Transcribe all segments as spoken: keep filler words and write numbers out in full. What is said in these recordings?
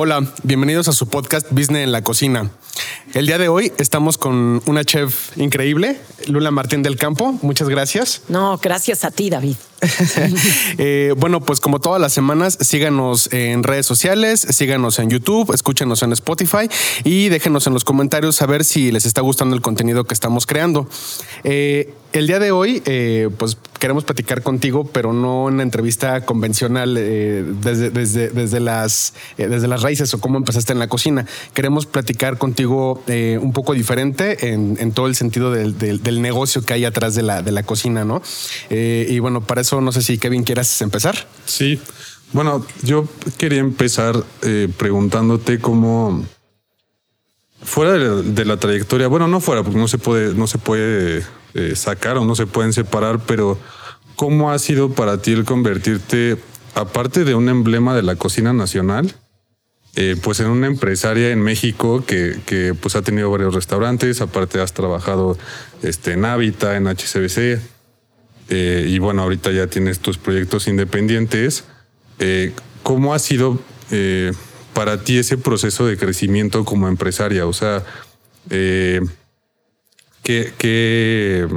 Hola, bienvenidos a su podcast Business en la Cocina. El día de hoy estamos con una chef increíble, Lula Martín del Campo. Muchas gracias. No, gracias a ti, David. eh, bueno, pues como todas las semanas, síganos en redes sociales, síganos en YouTube, escúchenos en Spotify y déjenos en los comentarios saber si les está gustando el contenido que estamos creando. Eh, el día de hoy, eh, pues queremos platicar contigo, pero no en una entrevista convencional eh, desde, desde, desde, las, eh, desde las raíces o cómo empezaste en la cocina. Queremos platicar contigo eh, un poco diferente en, en todo el sentido del, del, del negocio que hay atrás de la, de la cocina, ¿no? Eh, y bueno, para eso no sé si Kevin quieras empezar. Sí, bueno, yo quería empezar eh, preguntándote cómo fuera de la, de la trayectoria, bueno, no fuera porque no se puede, no se puede eh, sacar o no se pueden separar, pero ¿cómo ha sido para ti el convertirte, aparte de un emblema de la cocina nacional, eh, pues en una empresaria en México que, que pues ha tenido varios restaurantes, aparte has trabajado este, en Hábitat, en H C B C, eh, y bueno, ahorita ya tienes tus proyectos independientes. Eh, ¿Cómo ha sido eh, para ti ese proceso de crecimiento como empresaria? O sea, eh, ¿qué, qué,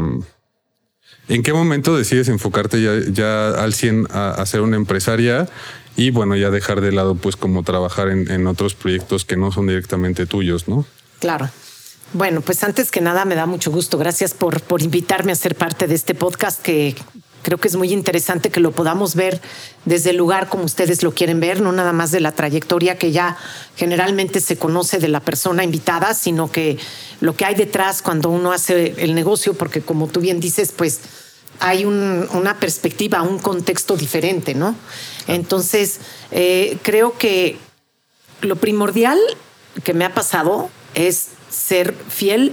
¿en qué momento decides enfocarte ya, ya al cien a, a ser una empresaria y bueno, ya dejar de lado pues como trabajar en, en otros proyectos que no son directamente tuyos, ¿no? Claro. Bueno, pues antes que nada me da mucho gusto. Gracias por, por invitarme a ser parte de este podcast que creo que es muy interesante que lo podamos ver desde el lugar como ustedes lo quieren ver, no nada más de la trayectoria que ya generalmente se conoce de la persona invitada, sino que lo que hay detrás cuando uno hace el negocio, porque como tú bien dices, pues hay un, una perspectiva, un contexto diferente, ¿no? Entonces, eh, creo que lo primordial que me ha pasado es ser fiel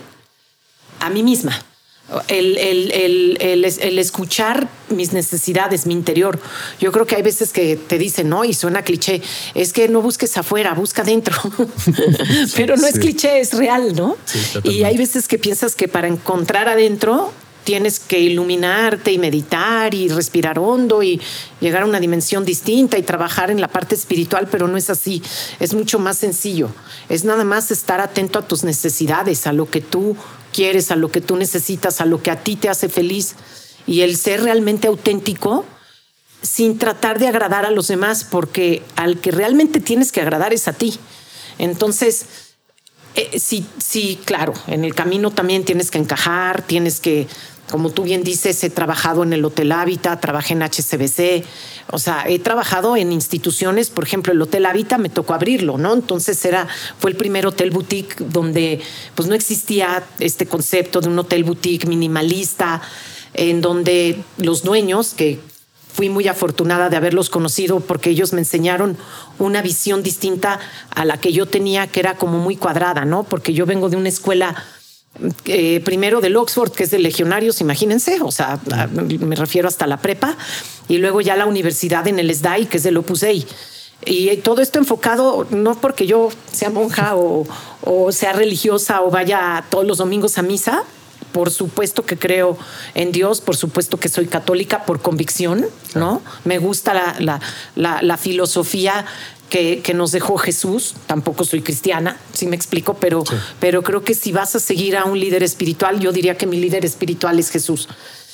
a mí misma. El, el, el, el, el escuchar mis necesidades, mi interior. Yo creo que hay veces que te dicen, no, y suena cliché, es que no busques afuera, busca adentro. Pero no sí. es cliché, es real, ¿no? Sí, y hay veces que piensas que para encontrar adentro tienes que iluminarte y meditar y respirar hondo y llegar a una dimensión distinta y trabajar en la parte espiritual, pero no es así. Es mucho más sencillo. Es nada más estar atento a tus necesidades, a lo que tú quieres, a lo que tú necesitas, a lo que a ti te hace feliz. Y el ser realmente auténtico sin tratar de agradar a los demás, porque al que realmente tienes que agradar es a ti. Entonces, eh, sí, sí, claro, en el camino también tienes que encajar, tienes que... Como tú bien dices, he trabajado en el Hotel Hábitat, trabajé en H C B C, o sea, he trabajado en instituciones, por ejemplo, el Hotel Hábitat me tocó abrirlo, ¿no? Entonces era, fue el primer hotel boutique donde pues no existía este concepto de un hotel boutique minimalista, en donde los dueños, que fui muy afortunada de haberlos conocido porque ellos me enseñaron una visión distinta a la que yo tenía, que era como muy cuadrada, ¿no? Porque yo vengo de una escuela... Eh, primero del Oxford, que es de legionarios, imagínense, o sea, a, me refiero hasta la prepa, y luego ya la universidad en el S D A I, que es del Opus Dei. Y todo esto enfocado no porque yo sea monja o, o sea religiosa o vaya todos los domingos a misa. Por supuesto que creo en Dios, por supuesto que soy católica por convicción, ¿no? Me gusta la, la, la, la filosofía que, que nos dejó Jesús. Tampoco soy cristiana, sí me explico, pero, sí. pero creo que si vas a seguir a un líder espiritual, yo diría que mi líder espiritual es Jesús.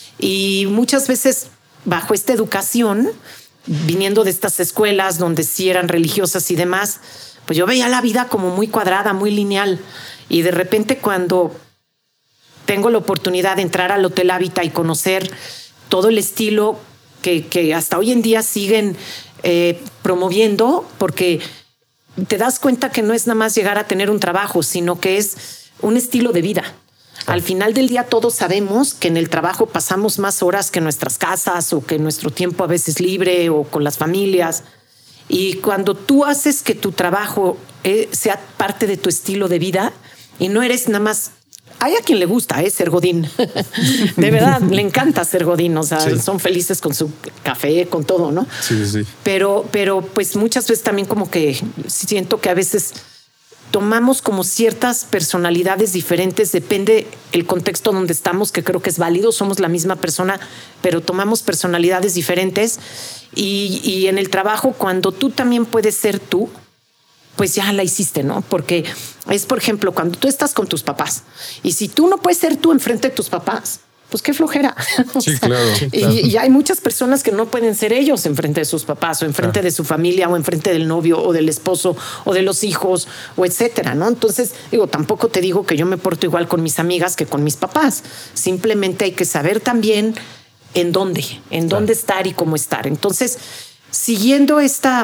Y muchas veces bajo esta educación, viniendo de estas escuelas donde sí eran religiosas y demás, pues yo veía la vida como muy cuadrada, muy lineal. Y de repente cuando tengo la oportunidad de entrar al Hotel Hábitat y conocer todo el estilo que, que hasta hoy en día siguen eh, promoviendo, porque te das cuenta que no es nada más llegar a tener un trabajo, sino que es un estilo de vida. Al final del día todos sabemos que en el trabajo pasamos más horas que en nuestras casas o que en nuestro tiempo a veces libre o con las familias. Y cuando tú haces que tu trabajo eh, sea parte de tu estilo de vida y no eres nada más... Hay a quien le gusta, ¿eh? Ser godín. De verdad, le encanta ser godín. O sea, sí. son felices con su café, con todo, ¿no? Sí, sí. Pero, pero pues muchas veces también como que siento que a veces tomamos como ciertas personalidades diferentes, depende el contexto donde estamos, que creo que es válido, somos la misma persona, pero tomamos personalidades diferentes. Y, y en el trabajo, cuando tú también puedes ser tú, pues ya la hiciste, ¿no? Porque es, por ejemplo, cuando tú estás con tus papás y si tú no puedes ser tú enfrente de tus papás, pues qué flojera. Sí, claro, y, claro. y hay muchas personas que no pueden ser ellos enfrente de sus papás o enfrente claro. de su familia o enfrente del novio o del esposo o de los hijos o etcétera, ¿no? Entonces, digo, tampoco te digo que yo me porto igual con mis amigas que con mis papás. Simplemente hay que saber también en dónde, en claro. dónde estar y cómo estar. Entonces, siguiendo esta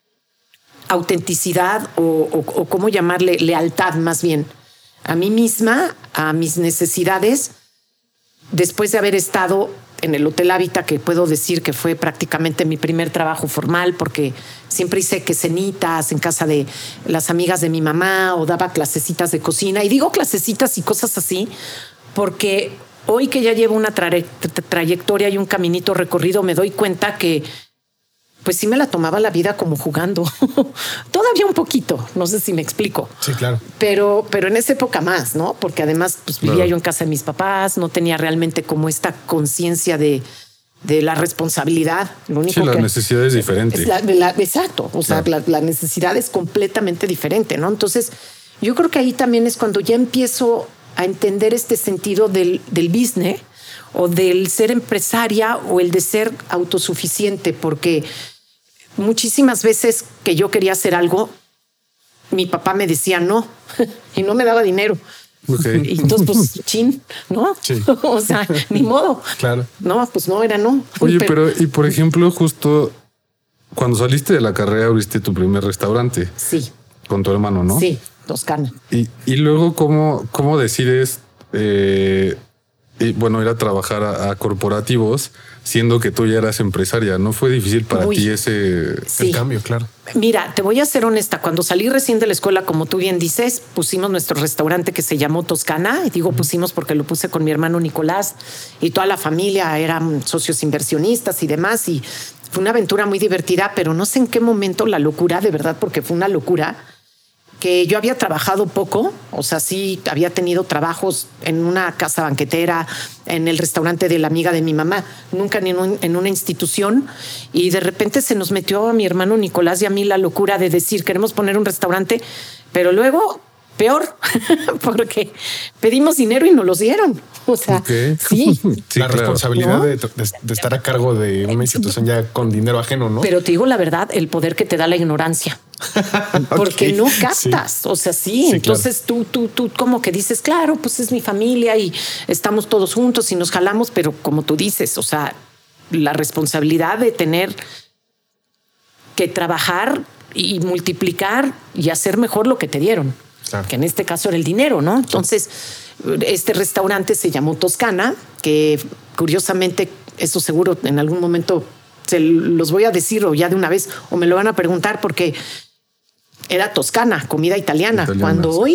autenticidad o, o, o cómo llamarle lealtad más bien a mí misma, a mis necesidades, después de haber estado en el Hotel Hábitat, que puedo decir que fue prácticamente mi primer trabajo formal, porque siempre hice que cenitas en casa de las amigas de mi mamá o daba clasecitas de cocina. Y digo clasecitas y cosas así, porque hoy que ya llevo una tra- tra- trayectoria y un caminito recorrido, me doy cuenta que pues sí me la tomaba la vida como jugando. Todavía un poquito, no sé si me explico. Sí, claro. Pero, pero en esa época más, ¿no? Porque además pues, vivía claro. yo en casa de mis papás, no tenía realmente como esta conciencia de, de la responsabilidad. Lo único sí, la que, necesidad es diferente. Es la, la, exacto, o sea, claro. la, la necesidad es completamente diferente, ¿no? Entonces, yo creo que ahí también es cuando ya empiezo a entender este sentido del, del business o del ser empresaria o el de ser autosuficiente, porque muchísimas veces que yo quería hacer algo, mi papá me decía no y no me daba dinero. Okay. Y entonces, pues, chin, ¿no? Sí. O sea, ni modo. Claro. No, pues no, era no. Oye, pero, pero y por ejemplo, justo cuando saliste de la carrera, abriste tu primer restaurante. Sí. Con tu hermano, ¿no? Sí, Toscana. Y, y luego, ¿cómo, cómo decides, eh, y, bueno, ir a trabajar a, a corporativos, siendo que tú ya eras empresaria? ¿No fue difícil para Uy, ti ese sí. el cambio? Claro. Mira, te voy a ser honesta. Cuando salí recién de la escuela, como tú bien dices, pusimos nuestro restaurante que se llamó Toscana. Y digo pusimos porque lo puse con mi hermano Nicolás y toda la familia eran socios inversionistas y demás. Y fue una aventura muy divertida, pero no sé en qué momento la locura, de verdad, porque fue una locura, que yo había trabajado poco, o sea, sí había tenido trabajos en una casa banquetera, en el restaurante de la amiga de mi mamá, nunca en, un, en una institución, y de repente se nos metió a mi hermano Nicolás y a mí la locura de decir, queremos poner un restaurante, pero luego peor, porque pedimos dinero y nos los dieron. O sea, okay. sí. sí. La claro. responsabilidad ¿no? de, de, de estar a cargo de una institución ya con dinero ajeno, ¿no? Pero te digo la verdad, el poder que te da la ignorancia. Porque okay. no captas. Sí. O sea, sí. sí entonces claro. tú, tú, tú como que dices, claro, pues es mi familia y estamos todos juntos y nos jalamos, pero como tú dices, o sea, la responsabilidad de tener que trabajar y multiplicar y hacer mejor lo que te dieron. Claro. Que en este caso era el dinero, ¿no? Entonces, este restaurante se llamó Toscana, que curiosamente, eso seguro en algún momento se los voy a decir o ya de una vez, o me lo van a preguntar, porque era Toscana, comida italiana, italiana cuando sí. hoy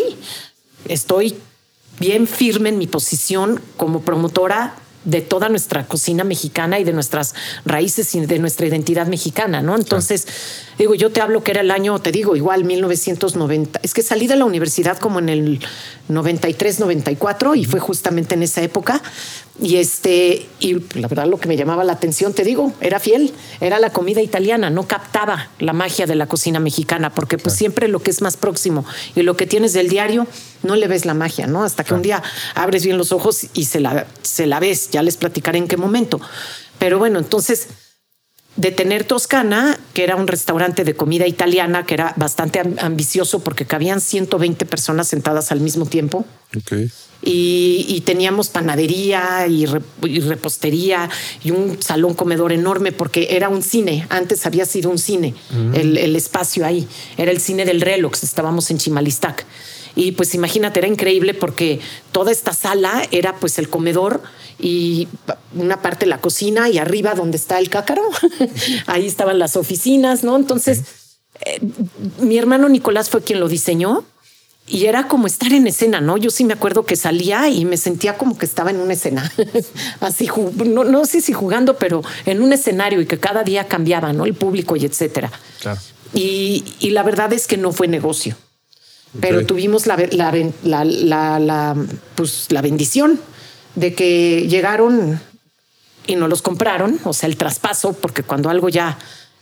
estoy bien firme en mi posición como promotora de toda nuestra cocina mexicana y de nuestras raíces y de nuestra identidad mexicana, ¿no? Entonces, ah. digo, yo te hablo que era el año, te digo, igual mil novecientos noventa. Es que salí de la universidad como en el noventa y tres, noventa y cuatro y fue justamente en esa época. Y este, y la verdad lo que me llamaba la atención, te digo, era fiel, era la comida italiana, no captaba la magia de la cocina mexicana, porque pues claro. siempre lo que es más próximo y lo que tienes del diario, no le ves la magia, ¿no? Hasta que claro. un día abres bien los ojos y se la, se la ves, ya les platicaré en qué momento. Pero bueno, entonces, de tener Toscana, que era un restaurante de comida italiana, que era bastante ambicioso porque cabían ciento veinte personas sentadas al mismo tiempo. Okay. Y, y teníamos panadería y, re, y repostería y un salón comedor enorme porque era un cine. Antes había sido un cine, mm. el, el espacio ahí. Era el cine del Relox, estábamos en Chimalistac. Y pues imagínate, era increíble porque toda esta sala era pues el comedor y una parte la cocina y arriba donde está el cácaro, ahí estaban las oficinas, ¿no? Entonces, okay. eh, mi hermano Nicolás fue quien lo diseñó. Y era como estar en escena, ¿no? Yo sí me acuerdo que salía y me sentía como que estaba en una escena. Así, no, no sé si jugando, pero en un escenario y que cada día cambiaba, ¿no? El público y etcétera. Claro. Y, y la verdad es que no fue negocio. Okay. Pero tuvimos la, la, la, la, la, pues, la bendición de que llegaron y nos los compraron, o sea, el traspaso, porque cuando algo ya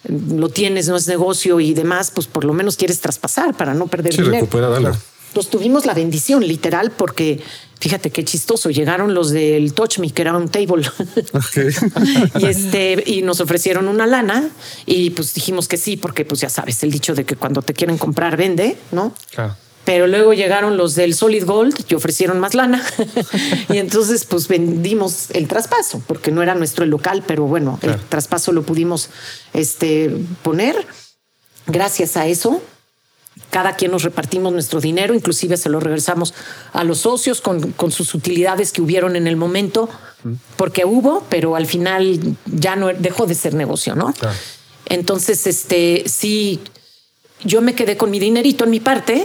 lo tienes, no es negocio y demás, pues por lo menos quieres traspasar para no perder sí, dinero. Recuperar algo. Entonces tuvimos la bendición, literal, porque fíjate qué chistoso. Llegaron los del Touch Me, que era un table. Okay. y este, y nos ofrecieron una lana y pues dijimos que sí, porque pues ya sabes, el dicho de que cuando te quieren comprar, vende, ¿no? Claro. Pero luego llegaron los del Solid Gold y ofrecieron más lana. y entonces pues vendimos el traspaso, porque no era nuestro el local, pero bueno, claro. el traspaso lo pudimos este, poner. Gracias a eso, cada quien nos repartimos nuestro dinero, inclusive se lo regresamos a los socios con, con sus utilidades que hubieron en el momento, porque hubo, pero al final ya no dejó de ser negocio, ¿no? Claro. Entonces, este, sí, yo me quedé con mi dinerito en mi parte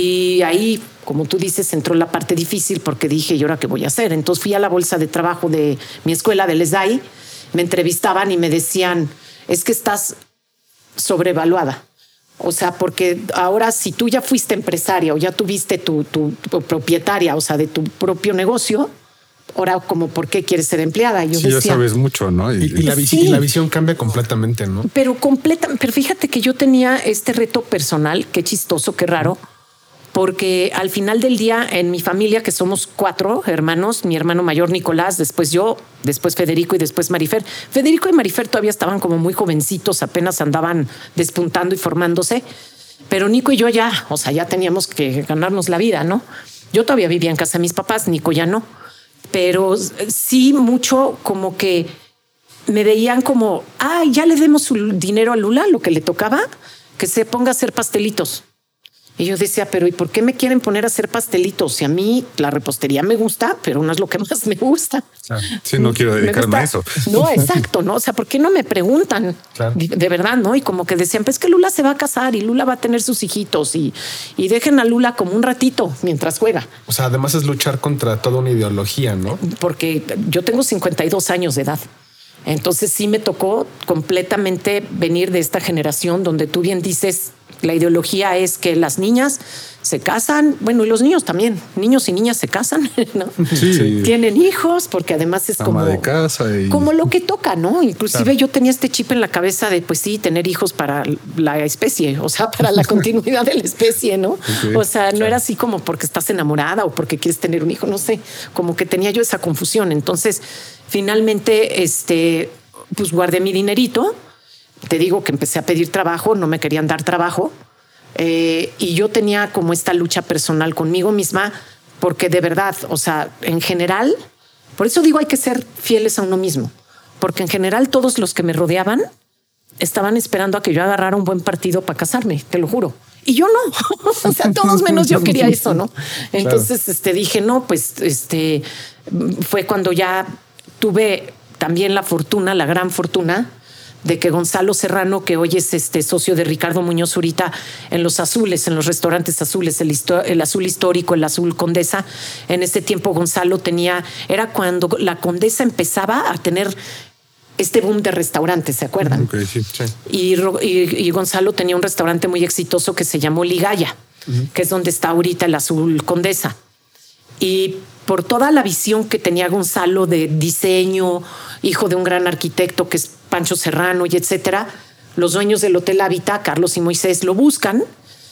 y ahí, como tú dices, entró la parte difícil porque dije, ¿y ahora qué voy a hacer? Entonces fui a la bolsa de trabajo de mi escuela, del S D A I, me entrevistaban y me decían, es que estás sobrevaluada. O sea, porque ahora si tú ya fuiste empresaria o ya tuviste tu, tu, tu propietaria, o sea, de tu propio negocio, ahora como ¿por qué quieres ser empleada? Yo sí, decía, ya sabes mucho, ¿no? Y, y, la, sí, y la visión cambia completamente, ¿no? Pero completa, pero fíjate que yo tenía este reto personal, qué chistoso, qué raro, porque al final del día en mi familia, que somos cuatro hermanos, mi hermano mayor Nicolás, después yo, después Federico y después Marifer. Federico y Marifer todavía estaban como muy jovencitos, apenas andaban despuntando y formándose, pero Nico y yo ya, o sea, ya teníamos que ganarnos la vida, ¿no? Yo todavía vivía en casa de mis papás, Nico ya no, pero sí mucho como que me veían como, ay, ya le demos su dinero a Lula, lo que le tocaba, que se ponga a hacer pastelitos. Y yo decía, pero ¿y por qué me quieren poner a hacer pastelitos? Si a mí la repostería me gusta, pero no es lo que más me gusta. Claro. Sí, no quiero dedicarme a eso. No, exacto, ¿no? O sea, ¿por qué no me preguntan? Claro. De verdad, ¿no? Y como que decían, pues que Lula se va a casar y Lula va a tener sus hijitos y, y dejen a Lula como un ratito mientras juega. O sea, además es luchar contra toda una ideología, ¿no? Porque yo tengo cincuenta y dos años de edad. Entonces sí me tocó completamente venir de esta generación donde tú bien dices, la ideología es que las niñas se casan, bueno, y los niños también, niños y niñas se casan, ¿no? Sí. Tienen hijos, porque además es Ama como de casa y... como lo que toca, ¿no? Inclusive claro. yo tenía este chip en la cabeza de, pues sí, tener hijos para la especie, o sea, para la continuidad de la especie, ¿no? Okay. O sea, no claro. era así como porque estás enamorada o porque quieres tener un hijo, no sé, como que tenía yo esa confusión. Entonces, finalmente, este, pues guardé mi dinerito. Te digo que empecé a pedir trabajo, no me querían dar trabajo. Eh, y yo tenía como esta lucha personal conmigo misma, porque de verdad, o sea, en general, por eso digo hay que ser fieles a uno mismo, porque en general todos los que me rodeaban estaban esperando a que yo agarrara un buen partido para casarme, te lo juro. Y yo no, o sea, todos menos yo quería eso, ¿no? Entonces claro. este, dije, no, pues este, fue cuando ya tuve también la fortuna, la gran fortuna, de que Gonzalo Serrano, que hoy es este socio de Ricardo Muñoz Zurita en los azules, en los restaurantes azules, el, el azul histórico, el azul Condesa. En ese tiempo Gonzalo tenía, era cuando la Condesa empezaba a tener este boom de restaurantes, ¿se acuerdan? Okay, sí, sí. Y, y, y Gonzalo tenía un restaurante muy exitoso que se llamó Ligaya, uh-huh. que es donde está ahorita el azul Condesa. Y por toda la visión que tenía Gonzalo de diseño, hijo de un gran arquitecto que es Pancho Serrano y etcétera, los dueños del Hotel Hábitat, Carlos y Moisés, lo buscan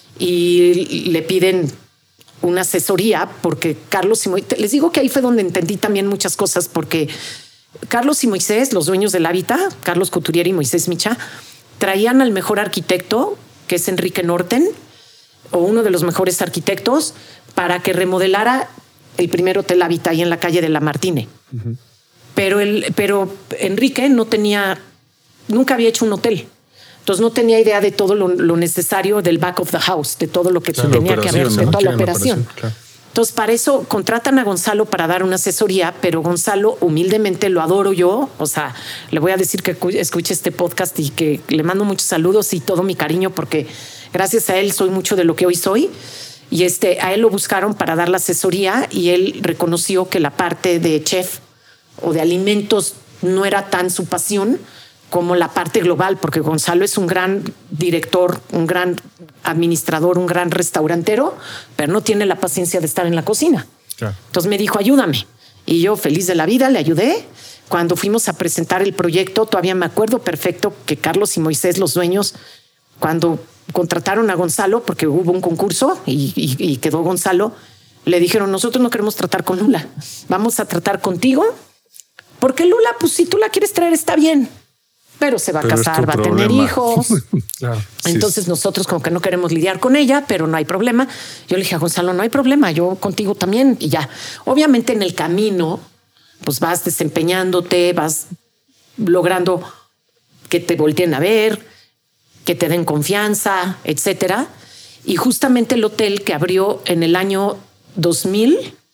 y le piden una asesoría porque Carlos y Moisés, les digo que ahí fue donde entendí también muchas cosas, porque Carlos y Moisés, los dueños del Hábitat, Carlos Couturier y Moisés Micha, traían al mejor arquitecto, que es Enrique Norten, o uno de los mejores arquitectos, para que remodelara el primer Hotel Hábitat ahí en la calle de La Martine. Uh-huh. Pero, el, pero Enrique no tenía, nunca había hecho un hotel. Entonces no tenía idea de todo lo, lo necesario del back of the house, de todo lo que claro, tenía que haber, de ¿no? toda la operación. Claro. Entonces para eso contratan a Gonzalo para dar una asesoría, pero Gonzalo humildemente lo adoro yo. O sea, le voy a decir que escuche este podcast y que le mando muchos saludos y todo mi cariño, porque gracias a él soy mucho de lo que hoy soy. Y este, a él lo buscaron para dar la asesoría y él reconoció que la parte de chef o de alimentos no era tan su pasión como la parte global, porque Gonzalo es un gran director, un gran administrador, un gran restaurantero, pero no tiene la paciencia de estar en la cocina. Claro. Entonces me dijo, ayúdame. Y yo, feliz de la vida, le ayudé. cuando fuimos a presentar el proyecto, todavía me acuerdo perfecto que Carlos y Moisés, los dueños, cuando contrataron a Gonzalo, porque hubo un concurso y, y, y quedó Gonzalo, le dijeron, nosotros no queremos tratar con Lula, vamos a tratar contigo, porque Lula, pues si tú la quieres traer está bien, pero se va a pero casar, va problema. a tener hijos. Claro. Entonces Sí. nosotros como que no queremos lidiar con ella, pero no hay problema. Yo le dije a Gonzalo, no hay problema, yo contigo también y ya. Obviamente en el camino, pues vas desempeñándote, vas logrando que te volteen a ver, que te den confianza, etcétera. Y justamente el hotel que abrió en el año dos mil,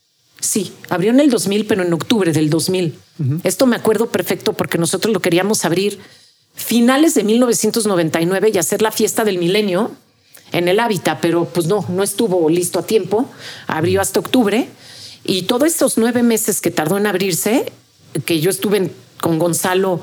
sí, abrió en el dos mil, pero en octubre del dos mil. Uh-huh. Esto me acuerdo perfecto porque nosotros lo queríamos abrir finales de mil novecientos noventa y nueve y hacer la fiesta del milenio en el Hábitat, pero pues no, no estuvo listo a tiempo. Abrió hasta octubre y todos estos nueve meses que tardó en abrirse, que yo estuve en, con Gonzalo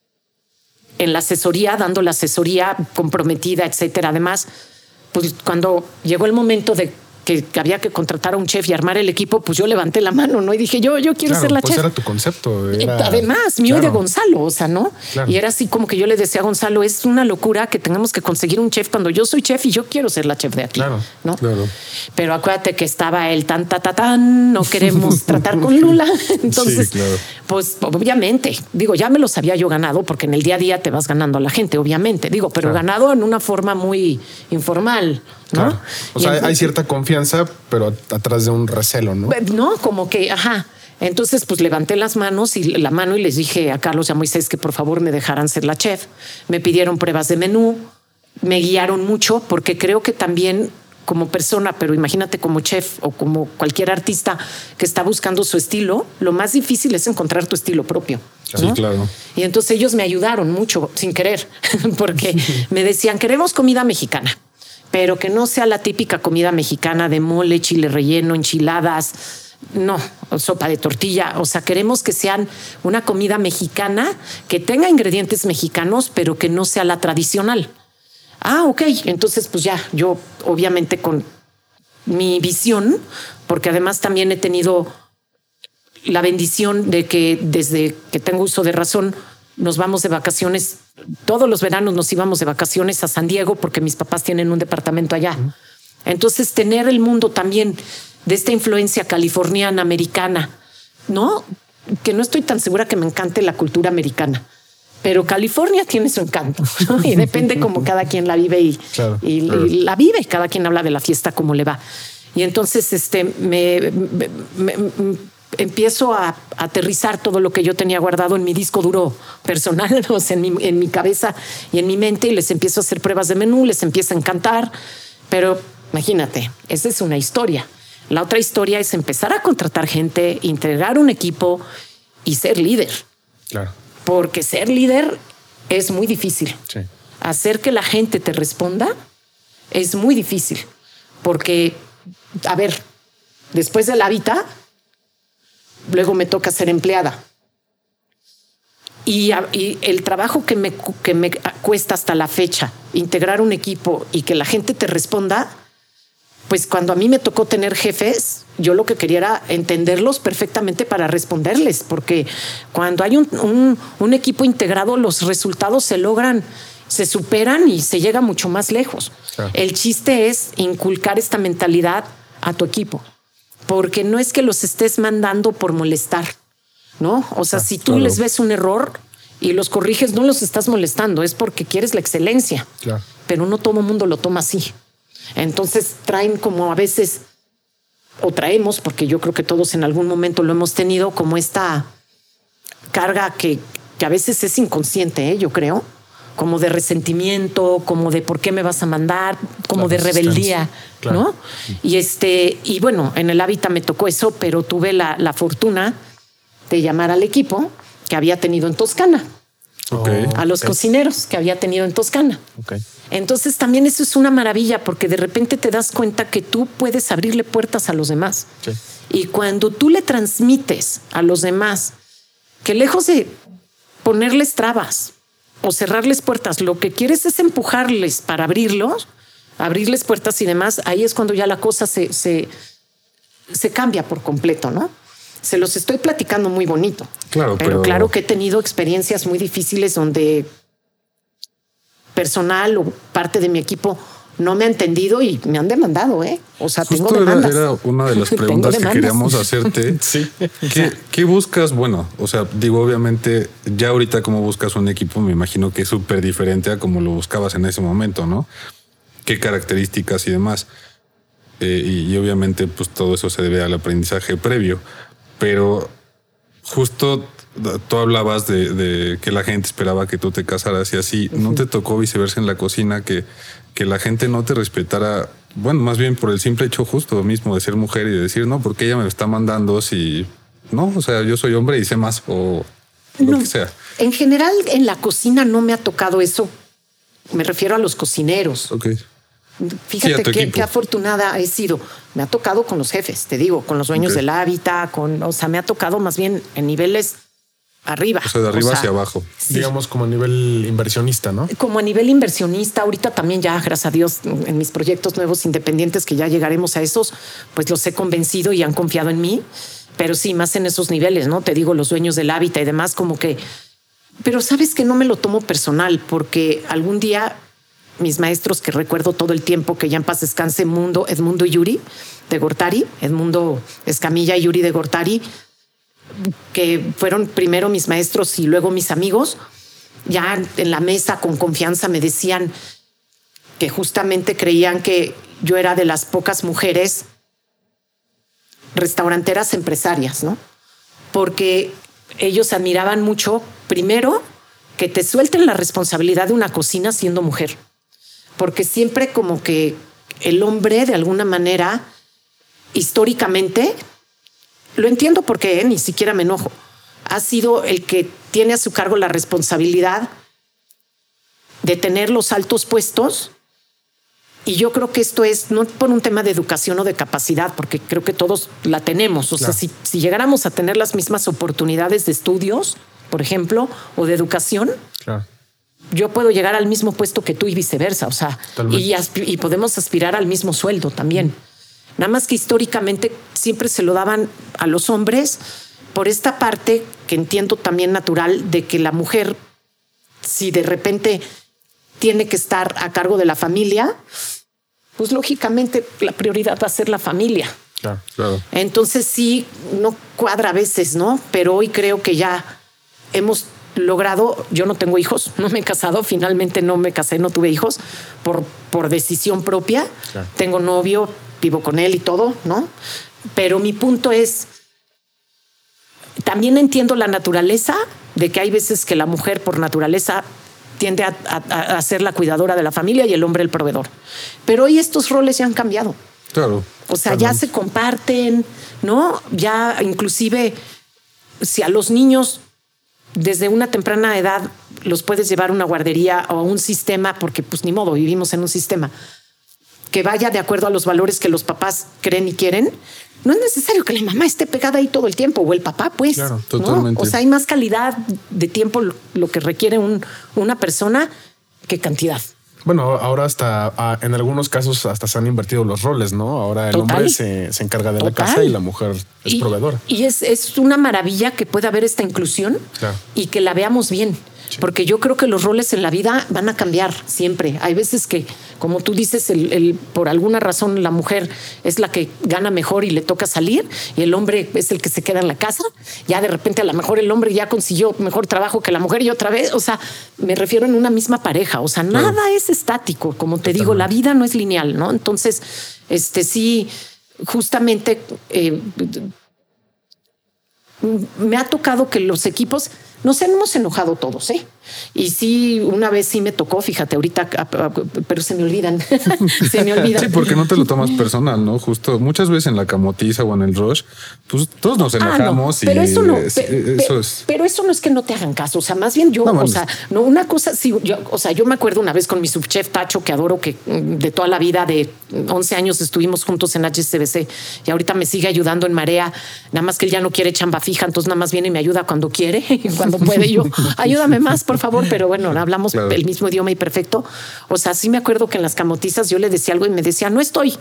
en la asesoría, dando la asesoría comprometida, etcétera. Además, pues cuando llegó el momento de que, que había que contratar a un chef y armar el equipo, pues yo levanté la mano, ¿no? Y dije, yo, yo quiero Claro, ser la pues chef. era tu concepto. Era... Además, mío claro. y de Gonzalo, o sea, ¿no? Claro. Y era así como que yo le decía a Gonzalo, es una locura que tengamos que conseguir un chef cuando yo soy chef y yo quiero ser la chef de aquí, Claro, ¿no? Claro. Pero acuérdate que estaba el tan, ta, ta, tan, no queremos tratar con Lula. Entonces, Sí, claro. pues obviamente, digo, ya me los había yo ganado porque en el día a día te vas ganando a la gente, obviamente. Digo, pero Claro. ganado en una forma muy informal, ¿no? Claro. O Y sea, entonces- hay cierta confianza, pero atrás de un recelo, ¿no? No, como que, ajá. Entonces, pues levanté las manos y la mano y les dije a Carlos y a Moisés que por favor me dejaran ser la chef. Me pidieron pruebas de menú, me guiaron mucho porque creo que también como persona, pero imagínate como chef o como cualquier artista que está buscando su estilo, lo más difícil es encontrar tu estilo propio. Sí, ¿no? claro. Y entonces ellos me ayudaron mucho sin querer, porque me decían, queremos comida mexicana, pero que no sea la típica comida mexicana de mole, chile relleno, enchiladas, no, sopa de tortilla. O sea, queremos que sean una comida mexicana que tenga ingredientes mexicanos, pero que no sea la tradicional. Ah, ok. Entonces, pues ya, yo obviamente con mi visión, porque además también he tenido la bendición de que desde que tengo uso de razón nos vamos de vacaciones. Todos los veranos nos íbamos de vacaciones a San Diego porque mis papás tienen un departamento allá. Entonces, tener el mundo también de esta influencia californiana, americana, ¿no? Que no estoy tan segura que me encante la cultura americana, pero California tiene su encanto, ¿no? Y depende como cada quien la vive y, Claro, y, claro. y la vive. Cada quien habla de la fiesta como le va. Y entonces este, me, me, me, me empiezo a, a aterrizar todo lo que yo tenía guardado en mi disco duro personal, o sea, en mi, en mi cabeza y en mi mente, y les empiezo a hacer pruebas de menú, les empieza a encantar. Pero imagínate, esa es una historia. La otra historia es empezar a contratar gente, integrar un equipo y ser líder. Claro. Porque ser líder es muy difícil. Sí. Hacer que la gente te responda es muy difícil. Porque, a ver, después del Hábitat, luego me toca ser empleada. Y, y el trabajo que me, que me cuesta hasta la fecha, integrar un equipo y que la gente te responda, pues cuando a mí me tocó tener jefes, yo lo que quería era entenderlos perfectamente para responderles, porque cuando hay un, un, un equipo integrado, los resultados se logran, se superan y se llega mucho más lejos. Claro. El chiste es inculcar esta mentalidad a tu equipo, porque no es que los estés mandando por molestar, ¿no? O sea, Ah, si tú claro. les ves un error y los corriges, no los estás molestando, es porque quieres la excelencia. Claro. Pero no todo el mundo lo toma así. Entonces traen como a veces, o traemos, porque yo creo que todos en algún momento lo hemos tenido, como esta carga que, que a veces es inconsciente, ¿eh? Yo creo, como de resentimiento, como de por qué me vas a mandar, como La de rebeldía, resistencia. Claro. ¿no? Y este, y bueno, en el Hábitat me tocó eso, pero tuve la, la fortuna de llamar al equipo que había tenido en Toscana, Ok. a los ok. cocineros que había tenido en Toscana. Ok. Entonces también eso es una maravilla porque de repente te das cuenta que tú puedes abrirle puertas a los demás. Sí. Y cuando tú le transmites a los demás que lejos de ponerles trabas o cerrarles puertas, lo que quieres es empujarles para abrirlos, abrirles puertas y demás, ahí es cuando ya la cosa se, se, se cambia por completo, ¿no? se los estoy platicando muy bonito. Claro, pero, pero claro que he tenido experiencias muy difíciles donde personal o parte de mi equipo no me ha entendido y me han demandado, ¿eh? O sea, Justo tengo demandas. Era, era una de las preguntas que queríamos hacerte. Sí. ¿Qué, ¿Qué buscas? Bueno, o sea, digo, obviamente, ya ahorita como buscas un equipo, me imagino que es súper diferente a como lo buscabas en ese momento, ¿no? ¿Qué características y demás? Eh, y, y obviamente, pues todo eso se debe al aprendizaje previo. Pero justo tú hablabas de, de que la gente esperaba que tú te casaras y así. Uh-huh. ¿No te tocó viceversa en la cocina que, que la gente no te respetara? Bueno, más bien por el simple hecho justo mismo de ser mujer y de decir, no, porque ella me está mandando si... No, o sea, yo soy hombre y sé más o lo no, que sea. En general, en la cocina no me ha tocado eso. Me refiero a los cocineros. Ok. Fíjate sí, qué, qué afortunada he sido. Me ha tocado con los jefes, te digo, con los dueños okay. del hábitat, con, o sea, me ha tocado más bien en niveles arriba. O sea, de arriba o sea, hacia abajo. Sí. Digamos como a nivel inversionista, ¿no? Como a nivel inversionista. Ahorita también ya, gracias a Dios, en mis proyectos nuevos independientes, que ya llegaremos a esos, pues los he convencido y han confiado en mí. Pero sí, más en esos niveles, ¿no? Te digo, los dueños del hábitat y demás, como que... Pero sabes que no me lo tomo personal, porque algún día... mis maestros que recuerdo todo el tiempo, que ya en paz descanse, Mundo, Edmundo y Yuri de Gortari, Edmundo Escamilla y Yuri de Gortari, que fueron primero mis maestros y luego mis amigos, ya en la mesa con confianza me decían que justamente creían que yo era de las pocas mujeres restauranteras empresarias, ¿no? Porque ellos admiraban mucho, primero, que te suelten la responsabilidad de una cocina siendo mujer. Porque siempre como que el hombre, de alguna manera, históricamente, lo entiendo porque eh, ni siquiera me enojo, ha sido el que tiene a su cargo la responsabilidad de tener los altos puestos. Y yo creo que esto es no por un tema de educación o de capacidad, porque creo que todos la tenemos. O claro. sea, si, si llegáramos a tener las mismas oportunidades de estudios, por ejemplo, o de educación, claro. yo puedo llegar al mismo puesto que tú y viceversa. O sea, y, y podemos aspirar al mismo sueldo también. Mm. Nada más que históricamente siempre se lo daban a los hombres por esta parte que entiendo también natural de que la mujer, si de repente tiene que estar a cargo de la familia, pues lógicamente la prioridad va a ser la familia. Claro, claro. Entonces sí, no cuadra a veces, ¿no? Pero hoy creo que ya hemos logrado, yo no tengo hijos, no me he casado, finalmente no me casé, no tuve hijos por, por decisión propia. Claro. Tengo novio, vivo con él y todo, ¿no? Pero mi punto es, también entiendo la naturaleza de que hay veces que la mujer por naturaleza tiende a, a, a ser la cuidadora de la familia y el hombre el proveedor. Pero hoy estos roles ya han cambiado. Claro. O sea, también. ya se comparten, ¿no? Ya inclusive si a los niños desde una temprana edad los puedes llevar a una guardería o a un sistema, porque pues ni modo, vivimos en un sistema que vaya de acuerdo a los valores que los papás creen y quieren. No es necesario que la mamá esté pegada ahí todo el tiempo, o el papá, pues. Claro, ¿no? totalmente. O sea, hay más calidad de tiempo lo que requiere un, una persona que cantidad. Bueno, ahora hasta en algunos casos hasta se han invertido los roles, ¿no? Ahora el Total. hombre se, se encarga de Total. la casa y la mujer es y, proveedora. Y es, es una maravilla que pueda haber esta inclusión claro. y que la veamos bien. Sí. Porque yo creo que los roles en la vida van a cambiar siempre. Hay veces que, como tú dices, el, el, por alguna razón la mujer es la que gana mejor y le toca salir y el hombre es el que se queda en la casa. Ya de repente a lo mejor el hombre ya consiguió mejor trabajo que la mujer y otra vez. O sea, me refiero en una misma pareja. O sea, nada claro. es estático. Como te digo, la vida no es lineal, ¿no? Entonces, este sí, justamente eh, me ha tocado que los equipos... Nos hemos enojado todos, ¿eh? Y sí, una vez sí me tocó, fíjate, ahorita, pero se me olvidan. se me olvidan. Sí, porque no te lo tomas personal, ¿no? Justo muchas veces en la camotiza o en el rush, pues todos nos enojamos. Ah, no, pero y eso no, es, pe, eso pe, es. Pero eso no es que no te hagan caso. O sea, más bien yo, no, o sea, no, una cosa, sí, yo, o sea, yo me acuerdo una vez con mi subchef Tacho, que adoro, que de toda la vida, de once años estuvimos juntos en H S B C y ahorita me sigue ayudando en Marea, nada más que él ya no quiere chamba fija, entonces nada más viene y me ayuda cuando quiere, cuando puede. Yo, ayúdame más, por favor, pero bueno, hablamos Claro. el mismo idioma y perfecto. O sea, sí me acuerdo que en las camotizas yo le decía algo y me decía, no estoy,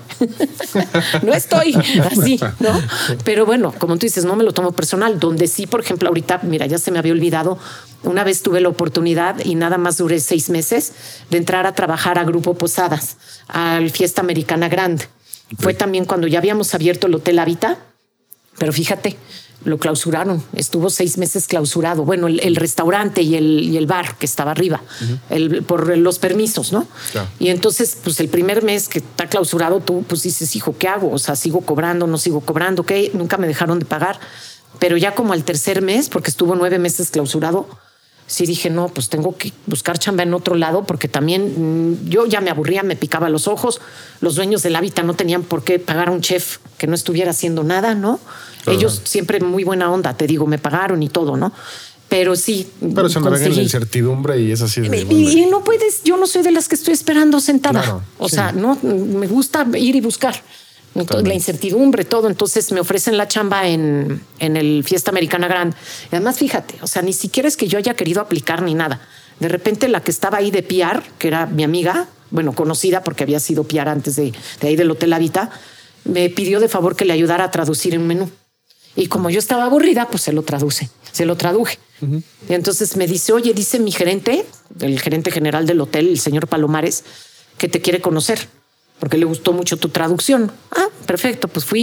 no estoy, así, ¿no? Pero bueno, como tú dices, no me lo tomo personal. Donde sí, por ejemplo, ahorita, mira, ya se me había olvidado, una vez tuve la oportunidad y nada más duré seis meses de entrar a trabajar a Grupo Posadas, al Fiesta Americana Grande. Fue también cuando ya habíamos abierto el Hotel Hábitat, pero fíjate, lo clausuraron. Estuvo seis meses clausurado. Bueno, el, el restaurante y el, y el bar que estaba arriba, uh-huh. el, por los permisos, ¿no? Claro. Y entonces, pues el primer mes que está clausurado, tú pues dices, hijo, ¿qué hago? O sea, ¿sigo cobrando? ¿No sigo cobrando? ¿Qué? Nunca me dejaron de pagar. Pero ya como al tercer mes, porque estuvo nueve meses clausurado, sí dije, no, pues tengo que buscar chamba en otro lado, porque también mmm, yo ya me aburría, me picaba los ojos. Los dueños del Hábitat no tenían por qué pagar a un chef que no estuviera haciendo nada, ¿no? Claro. Ellos siempre muy buena onda, te digo, me pagaron y todo, ¿no? Pero sí. Pero se navega en la incertidumbre y es así. De, y, y no puedes, yo no soy de las que estoy esperando sentada. Claro, o sí. sea, no, me gusta ir y buscar. Entonces, la incertidumbre, todo. Entonces me ofrecen la chamba en, en el Fiesta Americana Grande. Y además, fíjate, o sea, ni siquiera es que yo haya querido aplicar ni nada. De repente la que estaba ahí de P R, que era mi amiga, bueno, conocida porque había sido P R antes de, de ahí del Hotel Hábitat, me pidió de favor que le ayudara a traducir un menú. Y como yo estaba aburrida, pues se lo traduce, se lo traduje. Uh-huh. Y entonces me dice, oye, dice mi gerente, el gerente general del hotel, el señor Palomares, que te quiere conocer, porque le gustó mucho tu traducción. Ah, perfecto, pues fui,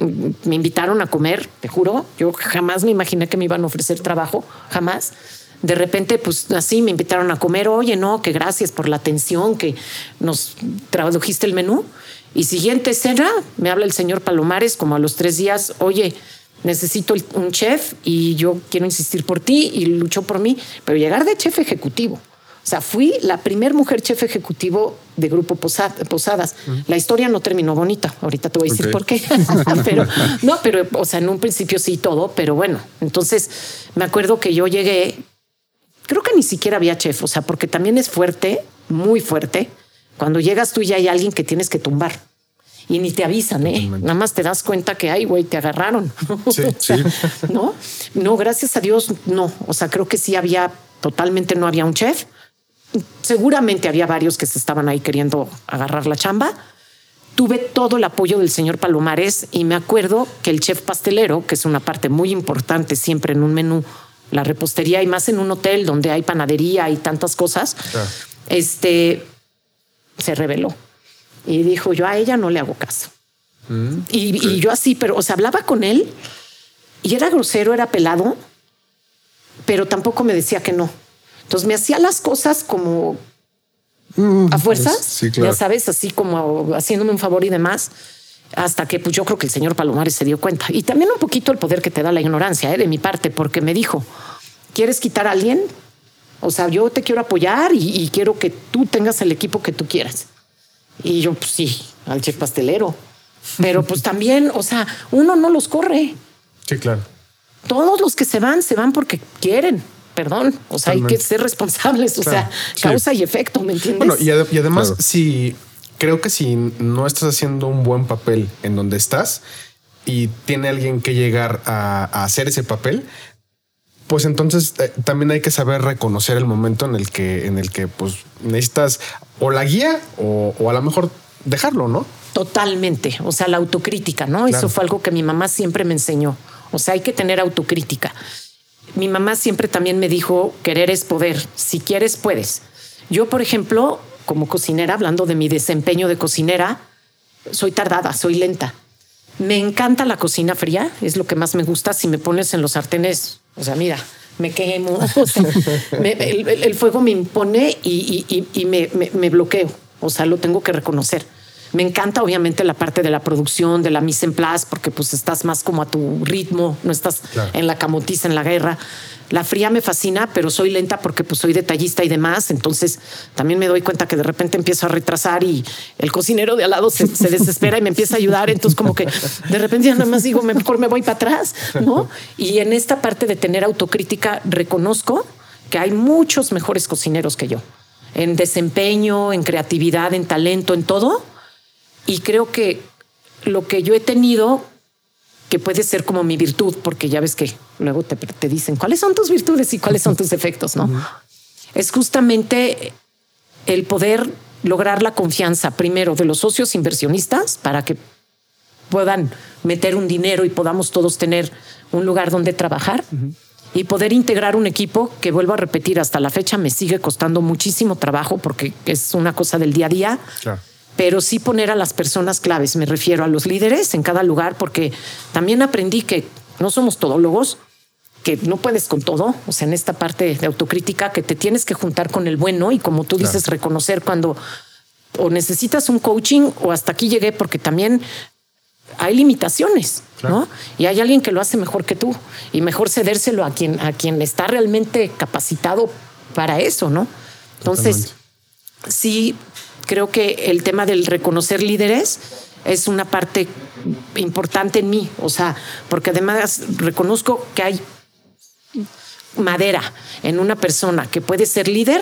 me invitaron a comer, te juro, yo jamás me imaginé que me iban a ofrecer trabajo, jamás. De repente, pues así me invitaron a comer, oye, no, que gracias por la atención, que nos tradujiste el menú. Y siguiente escena, me habla el señor Palomares como a los tres días, oye, necesito un chef y yo quiero insistir por ti, y luchó por mí, pero llegar de chef ejecutivo. O sea, fui la primer mujer chef ejecutivo de Grupo Posadas. Uh-huh. La historia no terminó bonita. Ahorita te voy a decir okay. por qué. pero, no, pero, o sea, en un principio sí todo, pero bueno. Entonces, me acuerdo que yo llegué, creo que ni siquiera había chef, o sea, porque también es fuerte, muy fuerte. Cuando llegas tú ya hay alguien que tienes que tumbar. Y ni te avisan, ¿eh? Nada más te das cuenta que, ay, güey, te agarraron. Sí, sí. ¿No? No, gracias a Dios, no. O sea, creo que sí había, totalmente no había un chef. Seguramente había varios que se estaban ahí queriendo agarrar la chamba. Tuve todo el apoyo del señor Palomares y me acuerdo que el chef pastelero, que es una parte muy importante siempre en un menú, la repostería y más en un hotel donde hay panadería y tantas cosas, claro. este, se rebeló. Y dijo, yo a ella no le hago caso. Mm, y, sí. y yo así, pero, o sea, hablaba con él y era grosero, era pelado, pero tampoco me decía que no. Entonces me hacía las cosas como mm, a fuerzas, sí, claro. ya sabes, así como haciéndome un favor y demás, hasta que pues yo creo que el señor Palomares se dio cuenta. Y también un poquito el poder que te da la ignorancia, ¿eh? de mi parte, porque me dijo, ¿quieres quitar a alguien? O sea, yo te quiero apoyar y, y quiero que tú tengas el equipo que tú quieras. Y yo, pues sí, al chef pastelero. Pero pues también, o sea, uno no los corre. Sí, claro. Todos los que se van, se van porque quieren. Perdón. O sea, Totalmente. Hay que ser responsables. O claro. sea, causa sí. y efecto, ¿me entiendes? Bueno, y, ad- y además, claro. si creo que si no estás haciendo un buen papel en donde estás y tiene alguien que llegar a, a hacer ese papel, pues entonces eh, también hay que saber reconocer el momento en el que, en el que pues necesitas o la guía o, o a lo mejor dejarlo, ¿no? Totalmente. O sea, la autocrítica, ¿no? Claro. Eso fue algo que mi mamá siempre me enseñó. O sea, hay que tener autocrítica. Mi mamá siempre también me dijo, querer es poder. Si quieres, puedes. Yo, por ejemplo, como cocinera, hablando de mi desempeño de cocinera, soy tardada, soy lenta. Me encanta la cocina fría, es lo que más me gusta. Si me pones en los sartenes, o sea, mira, me quemo. O sea, me, el, el fuego me impone y, y, y me, me, me bloqueo. O sea, lo tengo que reconocer. Me encanta, obviamente, la parte de la producción, de la mise en place, porque pues estás más como a tu ritmo, no estás claro. en la camotiza, en la guerra. La fría me fascina, pero soy lenta porque pues soy detallista y demás. Entonces también me doy cuenta que de repente empiezo a retrasar y el cocinero de al lado se, se desespera y me empieza a ayudar. Entonces como que de repente ya nada más digo, mejor me voy para atrás, ¿no? Y en esta parte de tener autocrítica reconozco que hay muchos mejores cocineros que yo. En desempeño, en creatividad, en talento, en todo. Y creo que lo que yo he tenido, que puede ser como mi virtud, porque ya ves que luego te, te dicen cuáles son tus virtudes y cuáles son tus defectos, ¿no? Uh-huh. es justamente el poder lograr la confianza primero de los socios inversionistas para que puedan meter un dinero y podamos todos tener un lugar donde trabajar. Uh-huh. Y poder integrar un equipo que, vuelvo a repetir, hasta la fecha me sigue costando muchísimo trabajo porque es una cosa del día a día. Claro. Pero sí poner a las personas claves, me refiero a los líderes en cada lugar, porque también aprendí que no somos todólogos, que no puedes con todo, o sea, en esta parte de autocrítica, que te tienes que juntar con el bueno y, como tú dices, claro, reconocer cuando o necesitas un coaching o hasta aquí llegué, porque también hay limitaciones, claro, ¿no? Y hay alguien que lo hace mejor que tú y mejor cedérselo a quien, a quien está realmente capacitado para eso, ¿no? Entonces, totalmente, sí creo que el tema del reconocer líderes es una parte importante en mí, o sea, porque además reconozco que hay madera en una persona que puede ser líder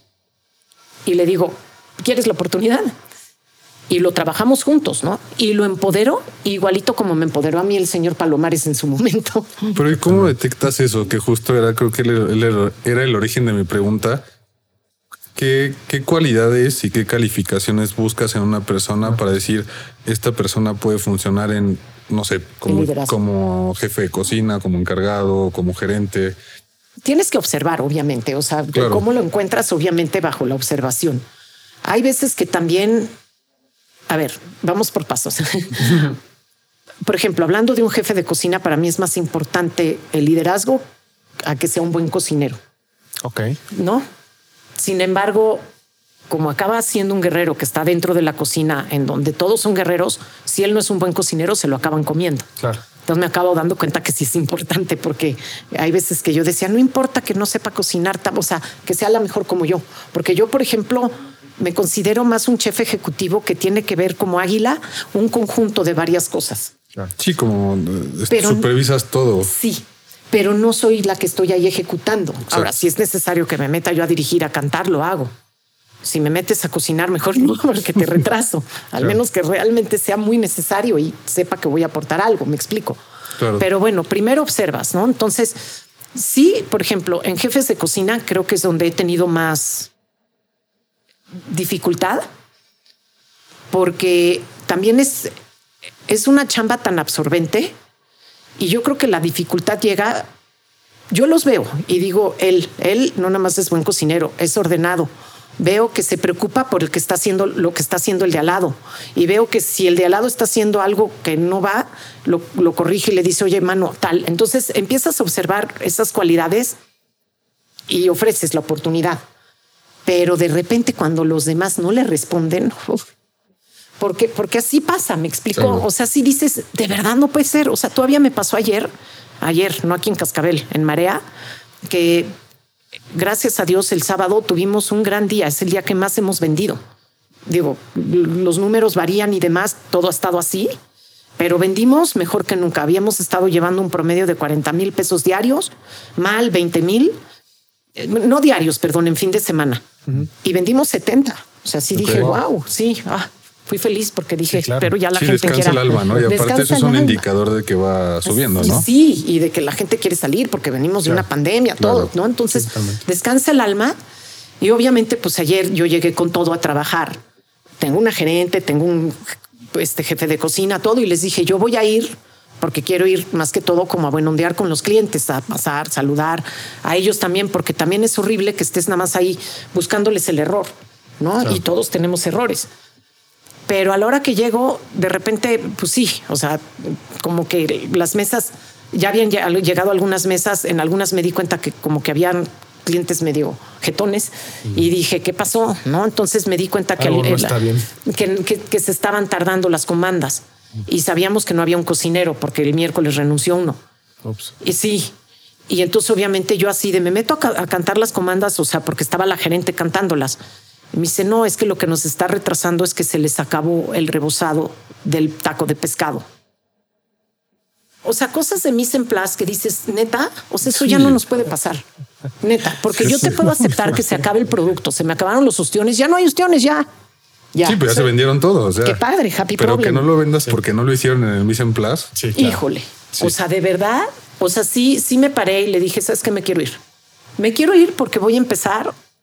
y le digo, ¿quieres la oportunidad? Y lo trabajamos juntos, ¿no? Y lo empodero igualito como me empoderó a mí el señor Palomares en su momento. Pero ¿y cómo detectas eso? Que justo era, creo que era el origen de mi pregunta. ¿Qué, qué cualidades y qué calificaciones buscas en una persona para decir esta persona puede funcionar en, no sé, como, como jefe de cocina, como encargado, como gerente? Tienes que observar, obviamente. O sea, claro, cómo lo encuentras, obviamente, bajo la observación. Hay veces que también... A ver, vamos por pasos. Por ejemplo, hablando de un jefe de cocina, para mí es más importante el liderazgo a que sea un buen cocinero. Ok. ¿No? Sin embargo, como acaba siendo un guerrero que está dentro de la cocina, en donde todos son guerreros, si él no es un buen cocinero, se lo acaban comiendo. Claro. Entonces me acabo dando cuenta que sí es importante, porque hay veces que yo decía, no importa que no sepa cocinar, o sea, que sea la mejor como yo. Porque yo, por ejemplo... me considero más un chef ejecutivo que tiene que ver como águila un conjunto de varias cosas. Sí, como pero, supervisas todo. Sí, pero no soy la que estoy ahí ejecutando. Exacto. Ahora, si es necesario que me meta yo a dirigir, a cantar, lo hago. Si me metes a cocinar, mejor no, porque te retraso. Al claro, menos que realmente sea muy necesario y sepa que voy a aportar algo, me explico. Claro. Pero bueno, primero observas, ¿no? Entonces, sí, por ejemplo, en jefes de cocina creo que es donde he tenido más dificultad, porque también es, es una chamba tan absorbente y yo creo que la dificultad llega, yo los veo y digo, él, él no nada más es buen cocinero, es ordenado. Veo que se preocupa por el que está haciendo lo que está haciendo el de al lado y veo que si el de al lado está haciendo algo que no va, lo, lo corrige y le dice, oye, mano, tal. Entonces empiezas a observar esas cualidades y ofreces la oportunidad. Pero de repente cuando los demás no le responden, uf, porque, porque así pasa, me explico. Sí. O sea, si dices, de verdad no puede ser. O sea, todavía me pasó ayer, ayer, no aquí en Cascabel, en Marea, que gracias a Dios el sábado tuvimos un gran día. Es el día que más hemos vendido. Digo, los números varían y demás, todo ha estado así, pero vendimos mejor que nunca. Habíamos estado llevando un promedio de cuarenta mil pesos diarios, mal veinte mil. No diarios, perdón, en fin de semana. Uh-huh. Y vendimos setenta. O sea, sí okay, dije, wow, sí, ah, fui feliz porque dije, sí, claro, pero ya la sí, gente descansa quiera... el alma, ¿no? Y aparte eso es un indicador de que va subiendo, ¿no? Sí, y de que la gente quiere salir porque venimos claro, de una pandemia, todo, claro, ¿no? Entonces, sí, descansa el alma. Y obviamente, pues ayer yo llegué con todo a trabajar. Tengo una gerente, tengo un este, jefe de cocina, todo. Y les dije, yo voy a ir... porque quiero ir más que todo como a buenondear con los clientes, a pasar, saludar a ellos también, porque también es horrible que estés nada más ahí buscándoles el error, ¿no? Claro. Y todos tenemos errores. Pero a la hora que llego, de repente, pues sí, o sea, como que las mesas, ya habían llegado algunas mesas, en algunas me di cuenta que como que habían clientes medio jetones mm. y dije, ¿qué pasó? ¿No? Entonces me di cuenta que, el, no está el, bien. Que, que, que se estaban tardando las comandas. Y sabíamos que no había un cocinero porque el miércoles renunció uno. Ups. Y sí. Y entonces obviamente yo así de me meto a, ca- a cantar las comandas, o sea, porque estaba la gerente cantándolas. Y me dice, no, es que lo que nos está retrasando es que se les acabó el rebozado del taco de pescado. O sea, cosas de mise en place que dices, neta, o sea, eso sí, ya no nos puede pasar. Neta, porque yo te puedo aceptar que se acabe el producto, se me acabaron los ostiones, ya no hay ostiones, ya. Ya. Sí, pero ya o sea, se vendieron todos. O sea, qué padre, happy pero problem. Que no lo vendas sí, porque no lo hicieron en el mise en place. Sí, claro. Híjole. Sí. O sea, de verdad, o sea, sí, sí me paré y le dije, ¿sabes qué? Me quiero ir. Me quiero ir porque voy a empezar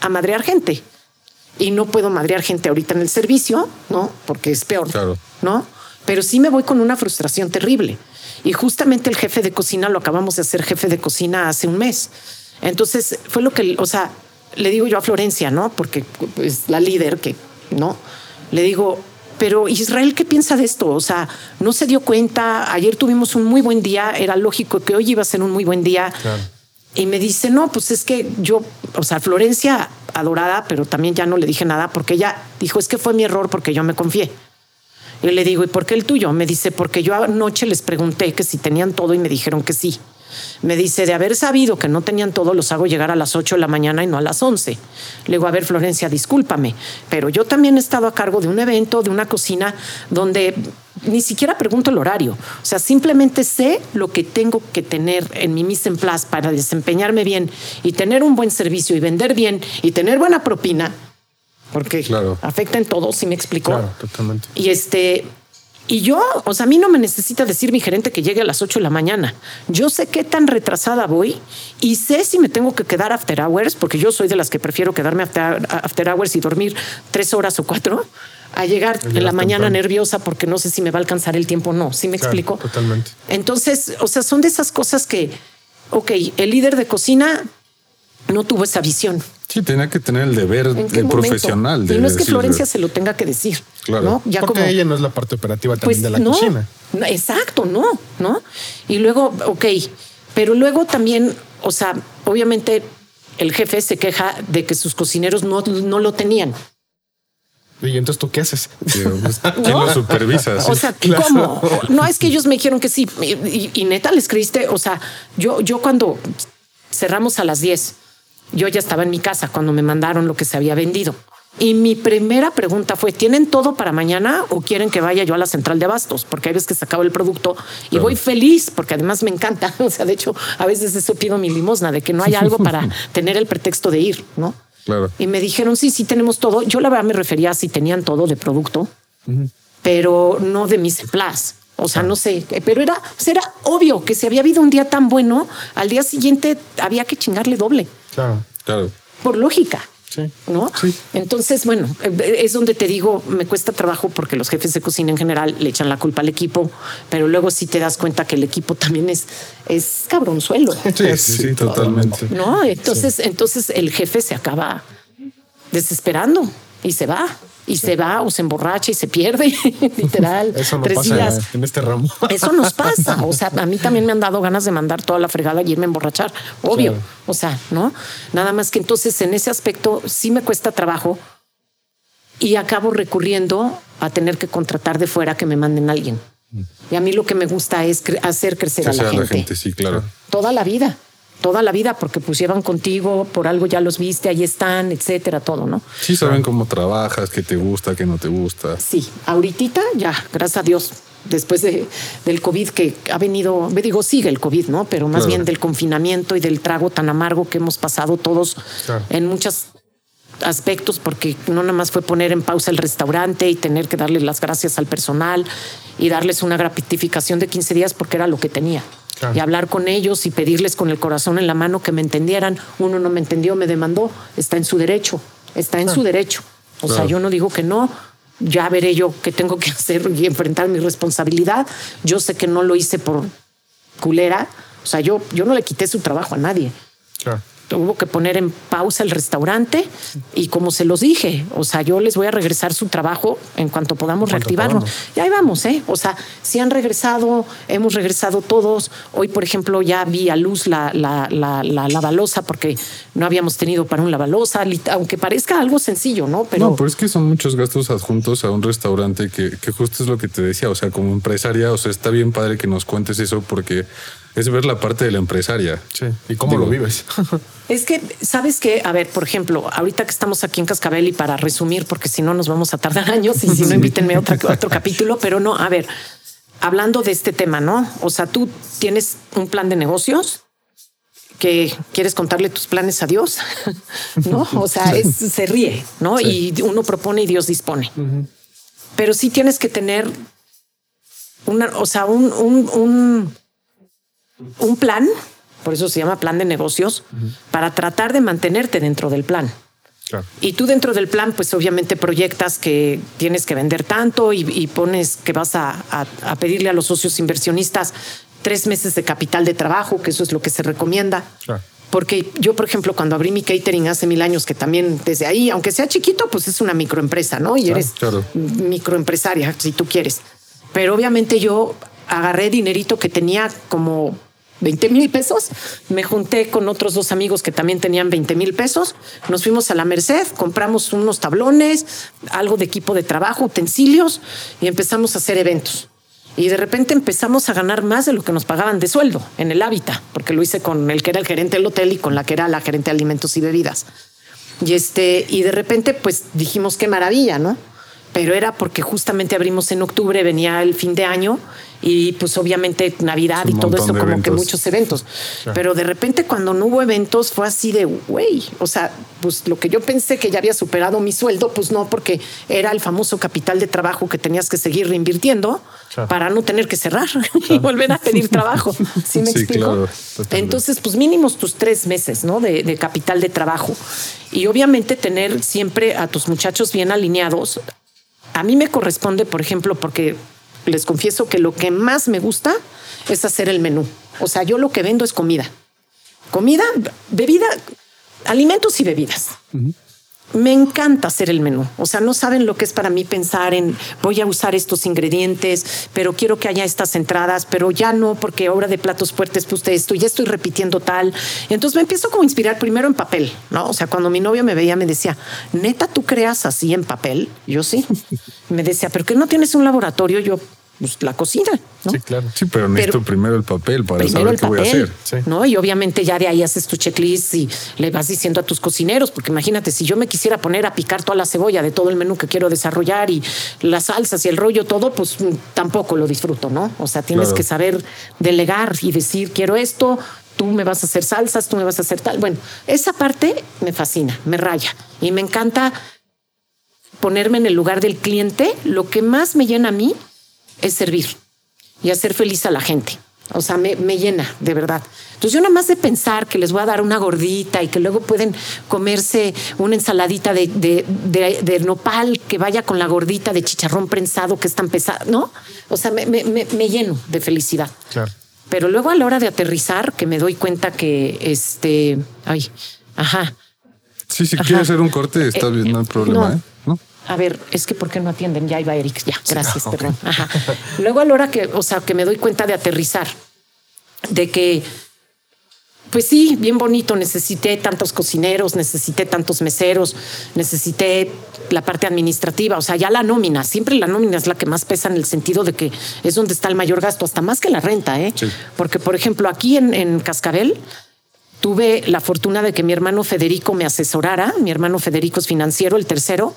a madrear gente. Y no puedo madrear gente ahorita en el servicio, ¿no? Porque es peor, claro. ¿no? Pero sí me voy con una frustración terrible. Y justamente el jefe de cocina lo acabamos de hacer jefe de cocina hace un mes. Entonces fue lo que, o sea, le digo yo a Florencia, ¿no? Porque es la líder que, ¿no? Le digo, pero Israel, ¿qué piensa de esto? O sea, no se dio cuenta. Ayer tuvimos un muy buen día. Era lógico que hoy iba a ser un muy buen día. Claro. Y me dice, no, pues es que yo, o sea, Florencia, adorada, pero también ya no le dije nada porque ella dijo, es que fue mi error porque yo me confié. Y le digo, ¿y por qué el tuyo? Me dice, porque yo anoche les pregunté que si tenían todo y me dijeron que sí. Me dice, de haber sabido que no tenían todo, los hago llegar a las ocho de la mañana y no a las once. Le digo, a ver, Florencia, discúlpame, pero yo también he estado a cargo de un evento, de una cocina, donde ni siquiera pregunto el horario. O sea, simplemente sé lo que tengo que tener en mi mise en place para desempeñarme bien y tener un buen servicio y vender bien y tener buena propina, porque claro. afecta en todo, ¿sí me explico? Claro, totalmente. Y este... Y yo, o sea, a mí no me necesita decir mi gerente que llegue a las ocho de la mañana. Yo sé qué tan retrasada voy y sé si me tengo que quedar after hours, porque yo soy de las que prefiero quedarme after, after hours y dormir tres horas o cuatro, a llegar en la mañana temprano. Nerviosa porque no sé si me va a alcanzar el tiempo o no. ¿Sí me claro, explico? Totalmente. Entonces, o sea, son de esas cosas que, ok, el líder de cocina no tuvo esa visión. Sí, tenía que tener el deber de profesional. De y no es que decirle. Florencia se lo tenga que decir. Claro. ¿no? Ya Porque como, ella no es la parte operativa también pues, de la no, cocina. No, exacto, no, ¿no? Y luego, ok, pero luego también, o sea, obviamente el jefe se queja de que sus cocineros no, no lo tenían. Y entonces, ¿tú qué haces? ¿Quién ¿No? lo supervisa? ¿Sí? O sea, claro. ¿Cómo? No, es que ellos me dijeron que sí. Y, y, y neta, les creíste. O sea, yo, yo cuando cerramos a las diez, yo ya estaba en mi casa cuando me mandaron lo que se había vendido. Y mi primera pregunta fue, ¿tienen todo para mañana o quieren que vaya yo a la central de abastos? Porque hay veces que se acaba el producto y claro. voy feliz porque además me encanta. O sea, de hecho, a veces eso pido mi limosna, de que no haya algo para tener el pretexto de ir, ¿no? Claro. Y me dijeron, sí, sí tenemos todo. Yo la verdad me refería a si tenían todo de producto, uh-huh. pero no de mise en place. O sea, no sé, pero era, pues era obvio que si había habido un día tan bueno, al día siguiente había que chingarle doble. Claro, claro. Por lógica. Sí. ¿No? Sí. Entonces, bueno, es donde te digo, me cuesta trabajo porque los jefes de cocina en general le echan la culpa al equipo, pero luego sí te das cuenta que el equipo también es, es cabronzuelo. Sí, sí, sí, sí totalmente. ¿No? Entonces, sí. entonces el jefe se acaba desesperando y se va. Y se va o se emborracha y se pierde, literal. Eso no tres pasa días. en este ramo. Eso nos pasa. O sea, a mí también me han dado ganas de mandar toda la fregada y irme a emborrachar. Obvio. Claro. O sea, ¿no? Nada más que entonces en ese aspecto sí me cuesta trabajo y acabo recurriendo a tener que contratar de fuera que me manden a alguien. Y a mí lo que me gusta es cre- hacer crecer que a la sea gente. la gente, sí, claro. Toda la vida. Toda la vida, porque pues llevan contigo, por algo ya los viste, ahí están, etcétera, todo, ¿no? Sí, saben cómo trabajas, qué te gusta, qué no te gusta. Sí, ahorita ya, gracias a Dios, después de, del COVID que ha venido, me digo, sigue el COVID, ¿no? Pero más claro. bien del confinamiento y del trago tan amargo que hemos pasado todos claro. en muchos aspectos, porque no nada más fue poner en pausa el restaurante y tener que darle las gracias al personal y darles una gratificación de quince días porque era lo que tenía. Claro. Y hablar con ellos y pedirles con el corazón en la mano que me entendieran. Uno no me entendió, me demandó. Está en su derecho, está en claro. su derecho. O claro. sea, yo no digo que no. Ya veré yo qué tengo que hacer y enfrentar mi responsabilidad. Yo sé que no lo hice por culera. O sea, yo, yo no le quité su trabajo a nadie. Claro. Hubo que poner en pausa el restaurante y como se los dije, o sea, yo les voy a regresar su trabajo en cuanto podamos ¿Cuánto reactivarlo. Podamos? Y ahí vamos, ¿eh? O sea, si han regresado, hemos regresado todos. Hoy, por ejemplo, ya vi a luz la, la, la, la lavalosa porque no habíamos tenido para un lavalosa, aunque parezca algo sencillo, ¿no? Pero no, pero es que son muchos gastos adjuntos a un restaurante que, que justo es lo que te decía. O sea, como empresaria, o sea, está bien padre que nos cuentes eso porque es ver la parte de la empresaria. Sí. ¿Y cómo Digo, lo vives? Es que, ¿sabes qué? A ver, por ejemplo, ahorita que estamos aquí en Cascabel y para resumir, porque si no nos vamos a tardar años y si no, invítenme a otro, otro capítulo, pero no, a ver, hablando de este tema, ¿no? O sea, tú tienes un plan de negocios que quieres contarle tus planes a Dios, ¿no? O sea, es, se ríe, ¿no? Sí. Y uno propone y Dios dispone. Uh-huh. Pero sí tienes que tener una, o sea, un, un, un un plan, por eso se llama plan de negocios, uh-huh. para tratar de mantenerte dentro del plan. Claro. Y tú dentro del plan, pues obviamente proyectas que tienes que vender tanto y, y pones que vas a, a, a pedirle a los socios inversionistas tres meses de capital de trabajo, que eso es lo que se recomienda. Claro. Porque yo, por ejemplo, cuando abrí mi catering hace mil años, que también desde ahí, aunque sea chiquito, pues es una microempresa, ¿no? Y claro, eres claro. microempresaria, si tú quieres. Pero obviamente yo agarré dinerito que tenía como veinte mil pesos, me junté con otros dos amigos que también tenían veinte mil pesos, nos fuimos a la Merced, compramos unos tablones, algo de equipo de trabajo, utensilios y empezamos a hacer eventos. Y de repente empezamos a ganar más de lo que nos pagaban de sueldo en el Hábitat, porque lo hice con el que era el gerente del hotel y con la que era la gerente de alimentos y bebidas. Y, este, y de repente pues dijimos qué maravilla, ¿no? Pero era porque justamente abrimos en octubre, venía el fin de año y pues obviamente Navidad y todo eso, como eventos. Que muchos eventos. Claro. Pero de repente cuando no hubo eventos fue así de, güey, o sea, pues lo que yo pensé que ya había superado mi sueldo, pues no, porque era el famoso capital de trabajo que tenías que seguir reinvirtiendo claro. para no tener que cerrar claro. y volver a pedir trabajo. ¿Sí me sí, explico? Claro, entonces, pues mínimos tus tres meses, ¿no? De, de capital de trabajo. Y obviamente tener siempre a tus muchachos bien alineados. A mí me corresponde, por ejemplo, porque les confieso que lo que más me gusta es hacer el menú. O sea, yo lo que vendo es comida. Comida, bebida, alimentos y bebidas. Uh-huh. Me encanta hacer el menú. O sea, no saben lo que es para mí pensar en voy a usar estos ingredientes, pero quiero que haya estas entradas, pero ya no, porque obra de platos fuertes puse esto y ya estoy repitiendo tal. Entonces me empiezo como a inspirar primero en papel, ¿no? O sea, cuando mi novio me veía me decía, ¿neta tú creas así en papel? Yo sí. Me decía, ¿pero qué no tienes un laboratorio? Yo, pues la cocina, ¿no? Sí, claro. Sí, pero necesito pero, primero el papel para saber qué papel, voy a hacer. Sí. ¿No? Y obviamente ya de ahí haces tu checklist y le vas diciendo a tus cocineros, porque imagínate, si yo me quisiera poner a picar toda la cebolla de todo el menú que quiero desarrollar y las salsas y el rollo, todo, pues tampoco lo disfruto, ¿no? O sea, tienes claro. que saber delegar y decir, quiero esto, tú me vas a hacer salsas, tú me vas a hacer tal. Bueno, esa parte me fascina, me raya y me encanta ponerme en el lugar del cliente. Lo que más me llena a mí es servir y hacer feliz a la gente. O sea, me, me llena, de verdad. Entonces yo nada más de pensar que les voy a dar una gordita y que luego pueden comerse una ensaladita de, de, de, de nopal que vaya con la gordita de chicharrón prensado que es tan pesado, ¿no? O sea, me, me, me lleno de felicidad. Claro. Pero luego a la hora de aterrizar, que me doy cuenta que este... Ay, ajá. Sí, si quieres hacer un corte, está eh, bien, no hay problema, no. ¿eh? ¿No? A ver, es que ¿por qué no atienden? Ya iba Eric, ya, gracias, sí, okay. perdón. Ajá. Luego a la hora que, o sea, que me doy cuenta de aterrizar, de que, pues sí, bien bonito, necesité tantos cocineros, necesité tantos meseros, necesité la parte administrativa, o sea, ya la nómina, siempre la nómina es la que más pesa en el sentido de que es donde está el mayor gasto, hasta más que la renta, ¿eh? Sí. Porque, por ejemplo, aquí en, en Cascabel, tuve la fortuna de que mi hermano Federico me asesorara, mi hermano Federico es financiero, el tercero,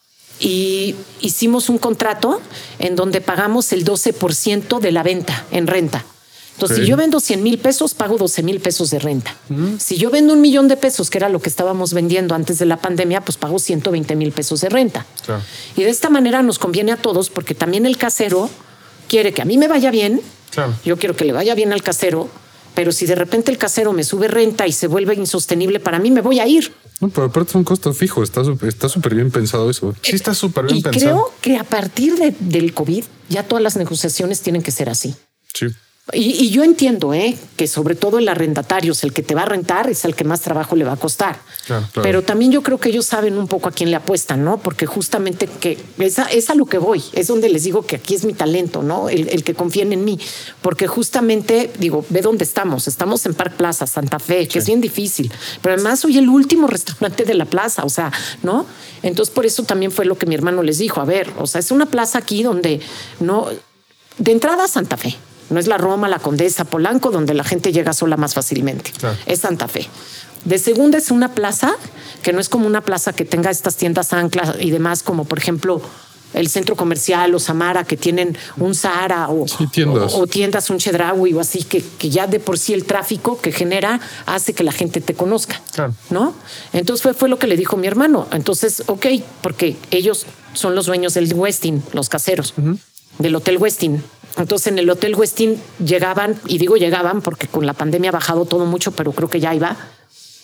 y hicimos un contrato en donde pagamos el doce por ciento de la venta en renta. Entonces, okay. si yo vendo cien mil pesos, pago doce mil pesos de renta. Uh-huh. Si yo vendo un millón de pesos, que era lo que estábamos vendiendo antes de la pandemia, pues pago ciento veinte mil pesos de renta. Claro. Y de esta manera nos conviene a todos porque también el casero quiere que a mí me vaya bien. Claro. Yo quiero que le vaya bien al casero, pero si de repente el casero me sube renta y se vuelve insostenible para mí, me voy a ir. No, pero aparte es un costo fijo, está está súper bien pensado eso. Sí, está súper bien y pensado. Creo que a partir de, del COVID ya todas las negociaciones tienen que ser así. Sí. Y, y yo entiendo ¿eh? que sobre todo el arrendatario, el que te va a rentar, es el que más trabajo le va a costar. Claro, claro. Pero también yo creo que ellos saben un poco a quién le apuestan, ¿no? Porque justamente que es a, es a lo que voy, es donde les digo que aquí es mi talento, ¿no? El, el que confíen en mí. Porque justamente, digo, ve dónde estamos. Estamos en Park Plaza, Santa Fe, que sí. es bien difícil. Pero además soy el último restaurante de la plaza, o sea, ¿no? Entonces por eso también fue lo que mi hermano les dijo. A ver, o sea, es una plaza aquí donde no... De entrada, Santa Fe. No es la Roma, la Condesa, Polanco, donde la gente llega sola más fácilmente. Claro. Es Santa Fe. De segunda es una plaza que no es como una plaza que tenga estas tiendas anclas y demás, como por ejemplo el centro comercial o Samara, que tienen un Zara o, sí, tiendas. o, o tiendas, un Chedraui o así, que, que ya de por sí el tráfico que genera hace que la gente te conozca. Claro. ¿No? Entonces fue, fue lo que le dijo mi hermano. Entonces, ok, porque ellos son los dueños del Westin, los caseros, uh-huh. del Hotel Westin. Entonces en el Hotel Westin llegaban, y digo llegaban porque con la pandemia ha bajado todo mucho, pero creo que ya iba,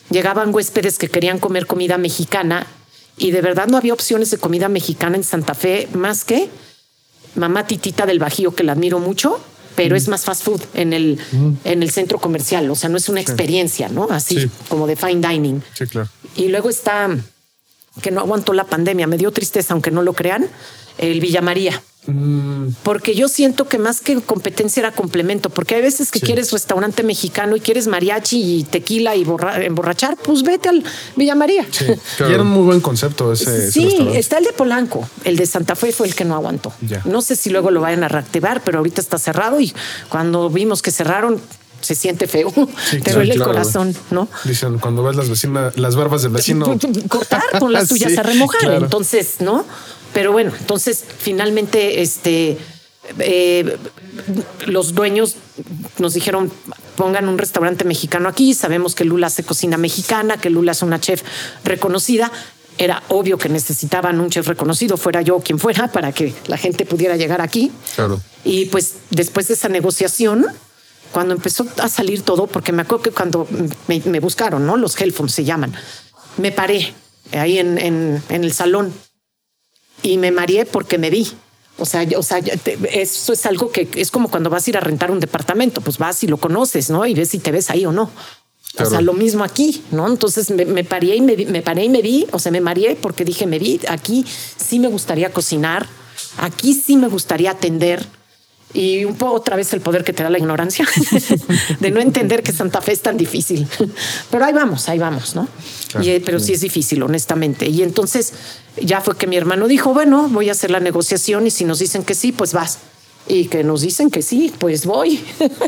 llegaban huéspedes que querían comer comida mexicana y de verdad no había opciones de comida mexicana en Santa Fe más que Mamá Titita del Bajío, que la admiro mucho, pero mm. es más fast food en el, mm. en el centro comercial. O sea, no es una sí. experiencia, ¿no? Así sí. como de fine dining. Sí, claro. Y luego está, que no aguantó la pandemia, me dio tristeza, aunque no lo crean, el Villa María. Mm. Porque yo siento que más que competencia era complemento, porque hay veces que sí. quieres restaurante mexicano y quieres mariachi y tequila y borra, emborrachar, pues vete al Villa María. Sí, claro. Y era un muy buen concepto ese. Sí, ese está el de Polanco, el de Santa Fe fue el que no aguantó. Ya. No sé si luego lo vayan a reactivar, pero ahorita está cerrado y cuando vimos que cerraron, se siente feo, sí, te duele claro, el corazón, güey. ¿No? Dicen, cuando ves las vecinas, las barbas del vecino. Cortar con las tuyas sí, a remojar, claro. Entonces, ¿no? Pero bueno, entonces finalmente este, eh, los dueños nos dijeron, pongan un restaurante mexicano aquí, sabemos que Lula hace cocina mexicana, que Lula es una chef reconocida. Era obvio que necesitaban un chef reconocido, fuera yo o quien fuera, para que la gente pudiera llegar aquí. Claro. Y pues después de esa negociación, cuando empezó a salir todo, porque me acuerdo que cuando me, me buscaron, ¿no? Los Hellphones se llaman, me paré ahí en, en, en el salón y me mareé porque me vi. O sea, o sea, eso es algo que es como cuando vas a ir a rentar un departamento, pues vas y lo conoces, ¿no? Y ves si te ves ahí o no. Claro. O sea, lo mismo aquí, ¿no? Entonces me, me paré y me, me paré y me vi, o sea, me mareé porque dije, me vi, aquí sí me gustaría cocinar, aquí sí me gustaría atender. Y un poco otra vez el poder que te da la ignorancia de no entender que Santa Fe es tan difícil. Pero ahí vamos, ahí vamos, ¿no? Claro, y, pero sí. sí es difícil, honestamente. Y entonces ya fue que mi hermano dijo, bueno, voy a hacer la negociación y si nos dicen que sí, pues vas. Y que nos dicen que sí, pues voy.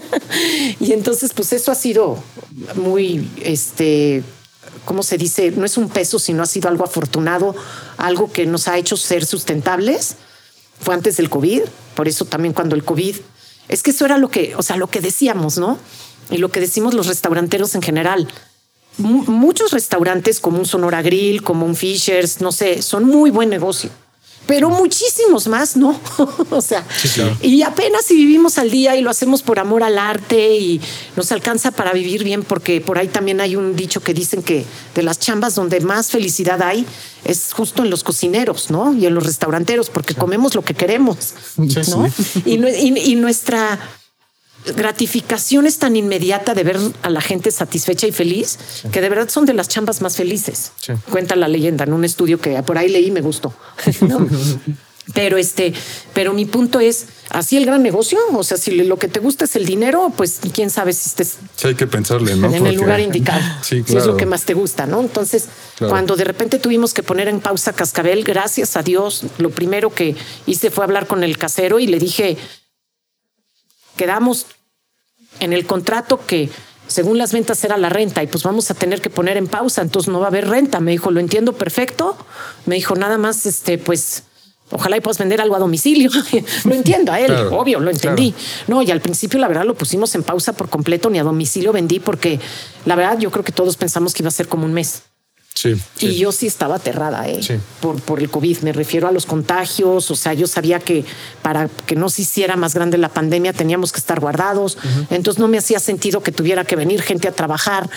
Y entonces, pues eso ha sido muy, este, ¿cómo se dice? No es un peso, sino ha sido algo afortunado, algo que nos ha hecho ser sustentables. Fue antes del COVID, por eso también cuando el COVID, es que eso era lo que, o sea, lo que decíamos, ¿no? Y lo que decimos los restauranteros en general. M- muchos restaurantes como un Sonora Grill, como un Fisher's, no sé, son muy buen negocio. Pero muchísimos más, ¿no? O sea, sí, claro. Y apenas si vivimos al día y lo hacemos por amor al arte y nos alcanza para vivir bien, porque por ahí también hay un dicho que dicen que de las chambas donde más felicidad hay es justo en los cocineros, ¿no? Y en los restauranteros, porque sí. comemos lo que queremos, sí, ¿no? Sí. Y, y, y nuestra gratificación es tan inmediata de ver a la gente satisfecha y feliz, sí. que de verdad son de las chambas más felices. Sí. Cuenta la leyenda en un estudio que por ahí leí y me gustó. ¿No? Pero este, pero mi punto es, así el gran negocio, o sea, si lo que te gusta es el dinero, pues quién sabe si estés sí, hay que pensarle, ¿no? en Porque... el lugar indicado. Sí, claro. Si es lo que más te gusta, ¿no? Entonces, claro. Cuando de repente tuvimos que poner en pausa Cascabel, gracias a Dios, lo primero que hice fue hablar con el casero y le dije, quedamos en el contrato que según las ventas era la renta y pues vamos a tener que poner en pausa, entonces no va a haber renta. Me dijo, lo entiendo perfecto. Me dijo, nada más, este, pues ojalá y puedas vender algo a domicilio. Lo entiendo a él, claro, obvio, lo entendí. Claro. No, y al principio la verdad lo pusimos en pausa por completo, ni a domicilio vendí porque la verdad yo creo que todos pensamos que iba a ser como un mes. Sí, sí. Y yo sí estaba aterrada eh, sí. por, por el COVID. Me refiero a los contagios. O sea, yo sabía que para que no se hiciera más grande la pandemia teníamos que estar guardados. Uh-huh. Entonces no me hacía sentido que tuviera que venir gente a trabajar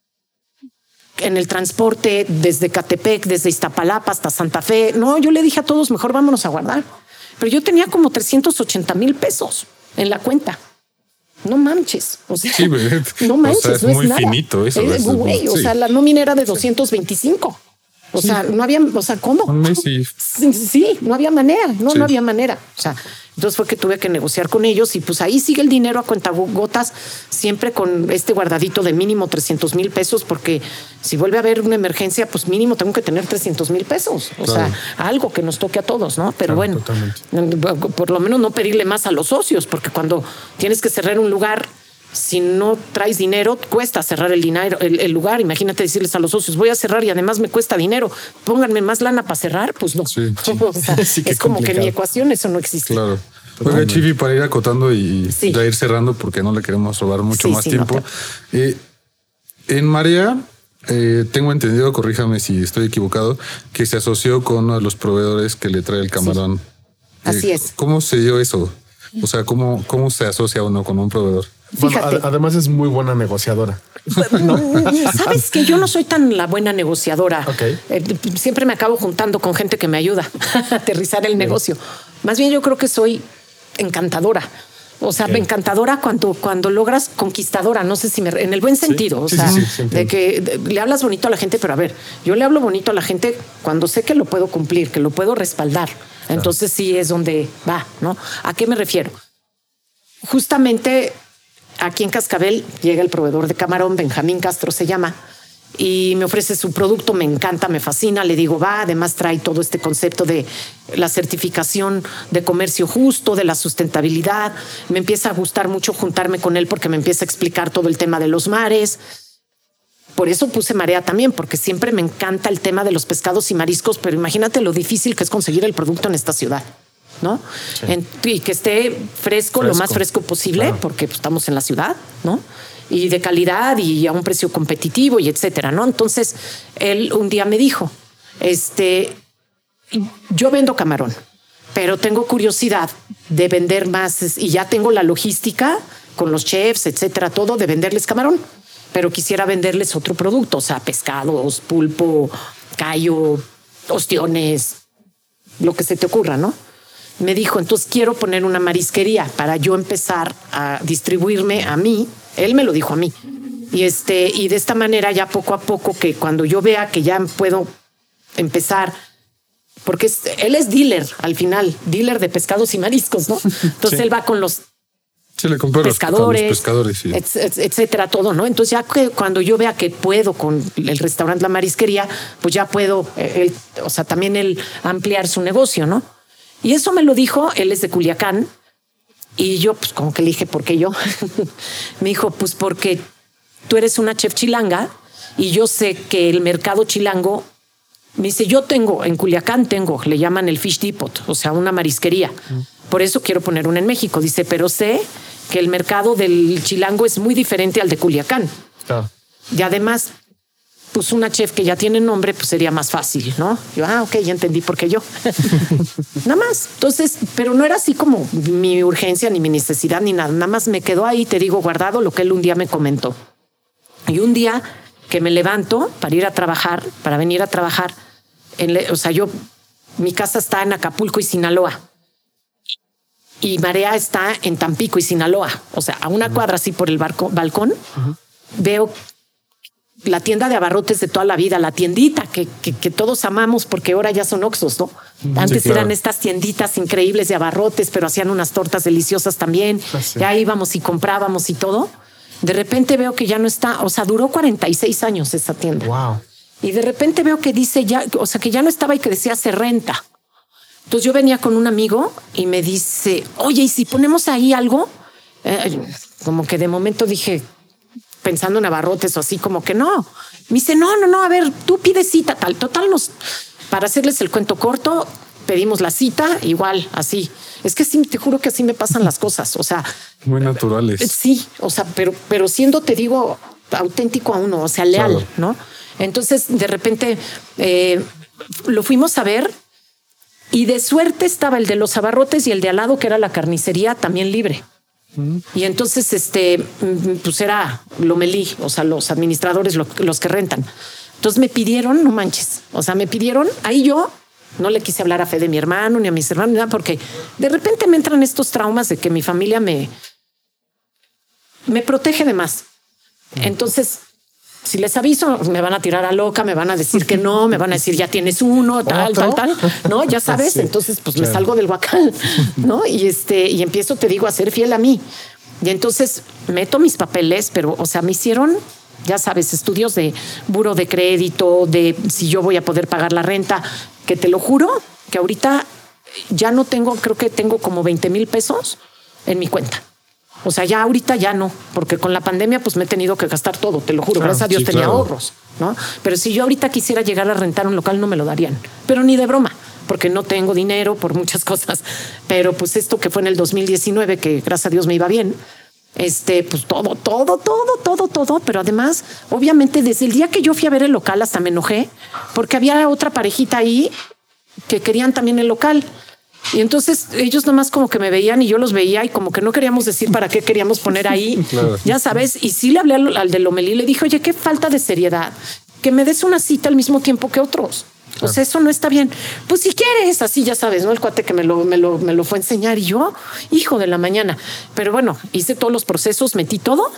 en el transporte desde Catepec, desde Iztapalapa hasta Santa Fe. No, yo le dije a todos, mejor vámonos a guardar. Pero yo tenía como trescientos ochenta mil pesos en la cuenta. No manches, o sea, sí, no manches, o sea, es no muy es nada. finito eso. Es, güey, sí. O sea, la nómina era de doscientos veinticinco. O sí. sea, no había, o sea, ¿cómo? Un mes y... sí, sí, no había manera, no, sí. no había manera. O sea, entonces fue que tuve que negociar con ellos y pues ahí sigue el dinero a cuentagotas, siempre con este guardadito de mínimo trescientos mil pesos, porque si vuelve a haber una emergencia, pues mínimo tengo que tener trescientos mil pesos. O claro. sea, algo que nos toque a todos, ¿no? Pero claro, bueno, totalmente. Por lo menos no pedirle más a los socios, porque cuando tienes que cerrar un lugar, si no traes dinero, cuesta cerrar el dinero, el, el lugar. Imagínate decirles a los socios, voy a cerrar y además me cuesta dinero. Pónganme más lana para cerrar. Pues no. Sí, sí. O sea, sí, es como complicado. Que en mi ecuación eso no existe. Claro. Oiga, Chivi, para ir acotando y sí. ya ir cerrando, porque no le queremos robar mucho sí, más sí, tiempo. No, pero... eh, en Marea, eh, tengo entendido, corríjame si estoy equivocado, que se asoció con uno de los proveedores que le trae el camarón. Sí. Así eh, es. ¿Cómo se dio eso? O sea, ¿cómo, cómo se asocia uno con un proveedor? Bueno, ad- además es muy buena negociadora. ¿No? Sabes que yo no soy tan la buena negociadora. Okay. Eh, siempre me acabo juntando con gente que me ayuda a aterrizar el negocio. Más bien yo creo que soy encantadora. O sea, okay. encantadora cuando, cuando logras conquistadora, no sé si me, en el buen sentido, sí, o sea, sí, sí, sí, de que de, le hablas bonito a la gente, pero a ver, yo le hablo bonito a la gente cuando sé que lo puedo cumplir, que lo puedo respaldar. Claro. Entonces sí es donde va, ¿no? ¿A qué me refiero? Justamente aquí en Cascabel llega el proveedor de camarón, Benjamín Castro se llama, y me ofrece su producto, me encanta, me fascina, le digo, va, además trae todo este concepto de la certificación de comercio justo, de la sustentabilidad, me empieza a gustar mucho juntarme con él porque me empieza a explicar todo el tema de los mares. Por eso puse Marea también, porque siempre me encanta el tema de los pescados y mariscos, pero imagínate lo difícil que es conseguir el producto en esta ciudad, ¿no? Sí. En, y que esté fresco, fresco, lo más fresco posible, claro. porque pues, estamos en la ciudad, ¿no? Y de calidad y a un precio competitivo y etcétera, ¿no? Entonces, él un día me dijo, este, yo vendo camarón, pero tengo curiosidad de vender más y ya tengo la logística con los chefs, etcétera, todo de venderles camarón, pero quisiera venderles otro producto, o sea, pescados, pulpo, callo, ostiones, lo que se te ocurra, ¿no? Me dijo, entonces quiero poner una marisquería para yo empezar a distribuirme a mí. Él me lo dijo a mí. Y, este, y de esta manera ya poco a poco, que cuando yo vea que ya puedo empezar, porque es, él es dealer al final, dealer de pescados y mariscos, ¿no? Entonces sí. él va con los sí, le pescadores, los pescadores sí. et, etcétera, todo, ¿no? Entonces ya que cuando yo vea que puedo con el restaurante, la marisquería, pues ya puedo, él, o sea, también él ampliar su negocio, ¿no? Y eso me lo dijo, él es de Culiacán, y yo pues como que le dije, ¿por qué yo? Me dijo, pues porque tú eres una chef chilanga y yo sé que el mercado chilango, me dice, yo tengo, en Culiacán tengo, le llaman el Fish Depot, o sea, una marisquería. Mm. Por eso quiero poner una en México. Dice, pero sé que el mercado del chilango es muy diferente al de Culiacán. Ah. Y además, pues una chef que ya tiene nombre, pues sería más fácil, ¿no? Yo, ah, ok, ya entendí por qué yo. Nada más. Entonces, pero no era así como mi urgencia, ni mi necesidad, ni nada. Nada más me quedó ahí, te digo, guardado lo que él un día me comentó. Y un día que me levanto para ir a trabajar, para venir a trabajar, en le, o sea, yo, mi casa está en Acapulco y Sinaloa. Y Marea está en Tampico y Sinaloa. O sea, a una cuadra así por el barco, balcón, uh-huh. veo la tienda de abarrotes de toda la vida, la tiendita que, que, que todos amamos porque ahora ya son Oxxos, ¿no? Antes sí, claro. eran estas tienditas increíbles de abarrotes, pero hacían unas tortas deliciosas también. Ah, sí. Ya íbamos y comprábamos y todo. De repente veo que ya no está, o sea, duró cuarenta y seis años esa tienda. Wow. Y de repente veo que dice ya, o sea, que ya no estaba y que decía se renta. Entonces yo venía con un amigo y me dice, oye, ¿y si ponemos ahí algo? Eh, como que de momento dije, pensando en abarrotes o así, como que no. Me dice, no, no, no, a ver, tú pides cita, tal. Total, nos, para hacerles el cuento corto, pedimos la cita, igual, así. Es que sí, te juro que así me pasan las cosas, o sea. Muy naturales. Sí, o sea, pero, pero siendo, te digo, auténtico a uno, o sea, leal, claro. ¿no? Entonces, de repente, eh, lo fuimos a ver y de suerte estaba el de los abarrotes y el de al lado, que era la carnicería, también libre. Y entonces, este, pues era Lomelí, o sea, los administradores, lo, los que rentan. Entonces me pidieron, no manches, o sea, me pidieron, ahí yo no le quise hablar a Fe de mi hermano, ni a mis hermanos, ni nada, porque de repente me entran estos traumas de que mi familia me, me protege de más. Entonces, si les aviso, me van a tirar a loca, me van a decir que no, me van a decir ya tienes uno, tal, ¿Otro? tal, tal, ¿no? Ya sabes, sí, entonces pues claro. me salgo del huacal, ¿no? Y este, y empiezo, te digo, a ser fiel a mí. Y entonces meto mis papeles, pero, o sea, me hicieron, ya sabes, estudios de buro de crédito, de si yo voy a poder pagar la renta, que te lo juro, que ahorita ya no tengo, creo que tengo como veinte mil pesos en mi cuenta. O sea, ya ahorita ya no, porque con la pandemia pues me he tenido que gastar todo, te lo juro. Claro, gracias a Dios sí, tenía claro. ahorros, ¿no? Pero si yo ahorita quisiera llegar a rentar un local no me lo darían, pero ni de broma, porque no tengo dinero por muchas cosas. Pero pues esto que fue en el dos mil diecinueve, que gracias a Dios me iba bien, este, pues todo, todo, todo, todo, todo. Pero además, obviamente desde el día que yo fui a ver el local hasta me enojé, porque había otra parejita ahí que querían también el local. Y entonces ellos nomás como que me veían y yo los veía y como que no queríamos decir para qué queríamos poner ahí, claro. Ya sabes. Y sí le hablé al, al de Lomelí, le dije, oye, qué falta de seriedad, que me des una cita al mismo tiempo que otros. Claro. O sea, eso no está bien. Pues si quieres, así ya sabes, ¿no? El cuate que me lo, me lo, me lo fue a enseñar y yo, hijo de la mañana. Pero bueno, hice todos los procesos, metí todo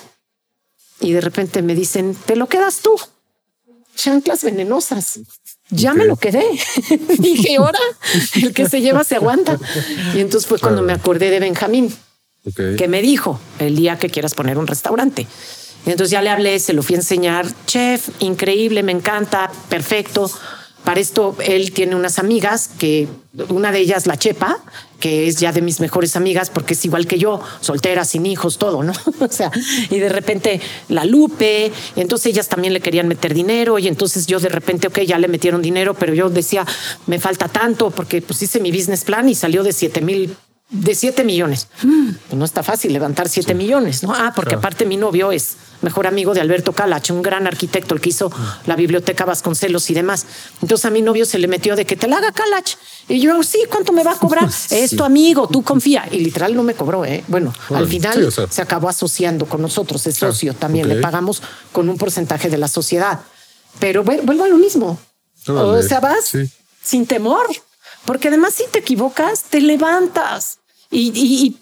y de repente me dicen, te lo quedas tú. Chanclas venenosas. Ya okay. Me lo quedé. Dije, ahora el que se lleva se aguanta. Y entonces fue cuando claro. Me acordé de Benjamín, okay. Que me dijo el día que quieras poner un restaurante. Y entonces ya le hablé, se lo fui a enseñar. Chef, increíble, me encanta, perfecto. Para esto él tiene unas amigas, que una de ellas, la Chepa, que es ya de mis mejores amigas porque es igual que yo, soltera, sin hijos, todo, ¿no? O sea, y de repente la Lupe, y entonces ellas también le querían meter dinero y entonces yo de repente, ok, ya le metieron dinero, pero yo decía, me falta tanto porque pues hice mi business plan y salió de siete mil, de siete millones. Pues no está fácil levantar siete sí. millones, ¿no? Ah, porque claro. Aparte mi novio es mejor amigo de Alberto Calach, un gran arquitecto, el que hizo la biblioteca Vasconcelos y demás. Entonces a mi novio se le metió de que te la haga Calach. Y yo, sí, ¿cuánto me va a cobrar? Sí. Es tu amigo, tú confía. Y literal no me cobró, ¿eh? Bueno, bueno al final sí, o sea. Se acabó asociando con nosotros, es socio ah, también, okay. Le pagamos con un porcentaje de la sociedad. Pero bueno, vuelvo a lo mismo. Órale. O sea, vas sí. Sin temor, porque además si te equivocas, te levantas. Y, y, y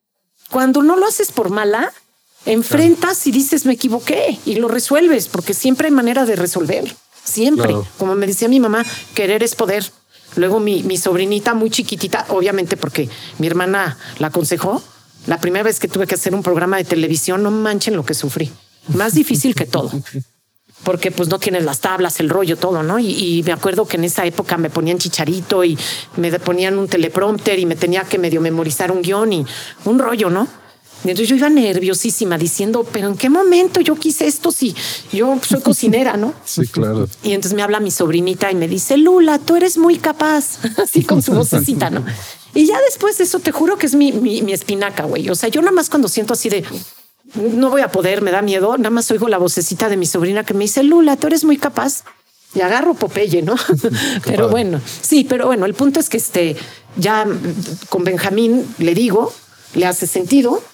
cuando no lo haces por mala, enfrentas claro. Y dices, me equivoqué y lo resuelves, porque siempre hay manera de resolver. Siempre. Claro. Como me decía mi mamá, querer es poder. Luego mi, mi sobrinita muy chiquitita, obviamente porque mi hermana la aconsejó, la primera vez que tuve que hacer un programa de televisión, no manchen lo que sufrí. Más difícil que todo. Porque pues no tienes las tablas, el rollo, todo, ¿no? Y, y me acuerdo que en esa época me ponían chicharito y me ponían un teleprompter y me tenía que medio memorizar un guión y un rollo, ¿no? Y entonces yo iba nerviosísima diciendo, pero ¿en qué momento yo quise esto si yo soy cocinera, no? Sí, claro. Y entonces me habla mi sobrinita y me dice, Lula, tú eres muy capaz, así con su vocecita, ¿no? Y ya después de eso te juro que es mi, mi, mi espinaca, güey. O sea, yo nada más cuando siento así de... no voy a poder, me da miedo, nada más oigo la vocecita de mi sobrina que me dice, Lula, tú eres muy capaz. Y agarro Popeye, ¿no? Pero bueno, sí, pero bueno, el punto es que este, ya con Benjamín le digo, le hace sentido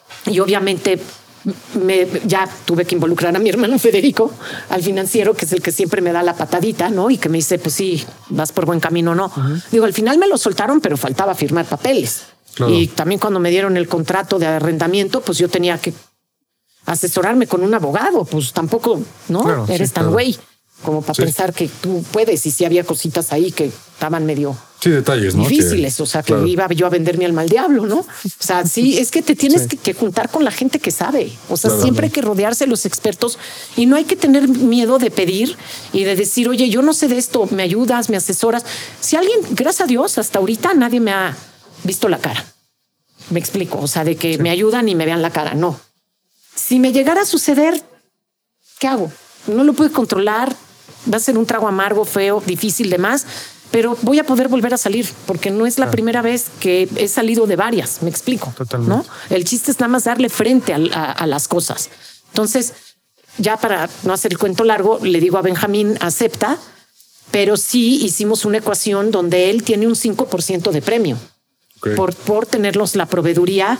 y obviamente me, ya tuve que involucrar a mi hermano Federico, al financiero, que es el que siempre me da la patadita, ¿no? Y que me dice, pues sí, vas por buen camino o no. Uh-huh. Digo, al final me lo soltaron, pero faltaba firmar papeles. Claro. Y también cuando me dieron el contrato de arrendamiento, pues yo tenía que asesorarme con un abogado, pues tampoco, ¿no? Claro, eres sí, tan güey claro. Como para sí. Pensar que tú puedes, y si había cositas ahí que estaban medio sí, detalles, ¿no? Difíciles, que, o sea, que claro. Iba yo a vender mi alma al diablo, ¿no? O sea, sí, es que te tienes sí. que, que juntar con la gente que sabe, o sea, claro, siempre no. Hay que rodearse de los expertos y no hay que tener miedo de pedir y de decir, oye, yo no sé de esto, me ayudas, me asesoras. Si alguien, gracias a Dios, hasta ahorita nadie me ha visto la cara. Me explico, o sea, de que sí. Me ayudan y me vean la cara, no. Si me llegara a suceder, ¿qué hago? No lo puedo controlar, va a ser un trago amargo, feo, difícil de más, pero voy a poder volver a salir, porque no es la claro. Primera vez que he salido de varias, me explico. Totalmente. ¿No? El chiste es nada más darle frente a, a, a las cosas. Entonces, ya para no hacer el cuento largo, le digo a Benjamín, acepta, pero sí hicimos una ecuación donde él tiene un cinco por ciento de premio. Okay. Por, por tenerlos la proveeduría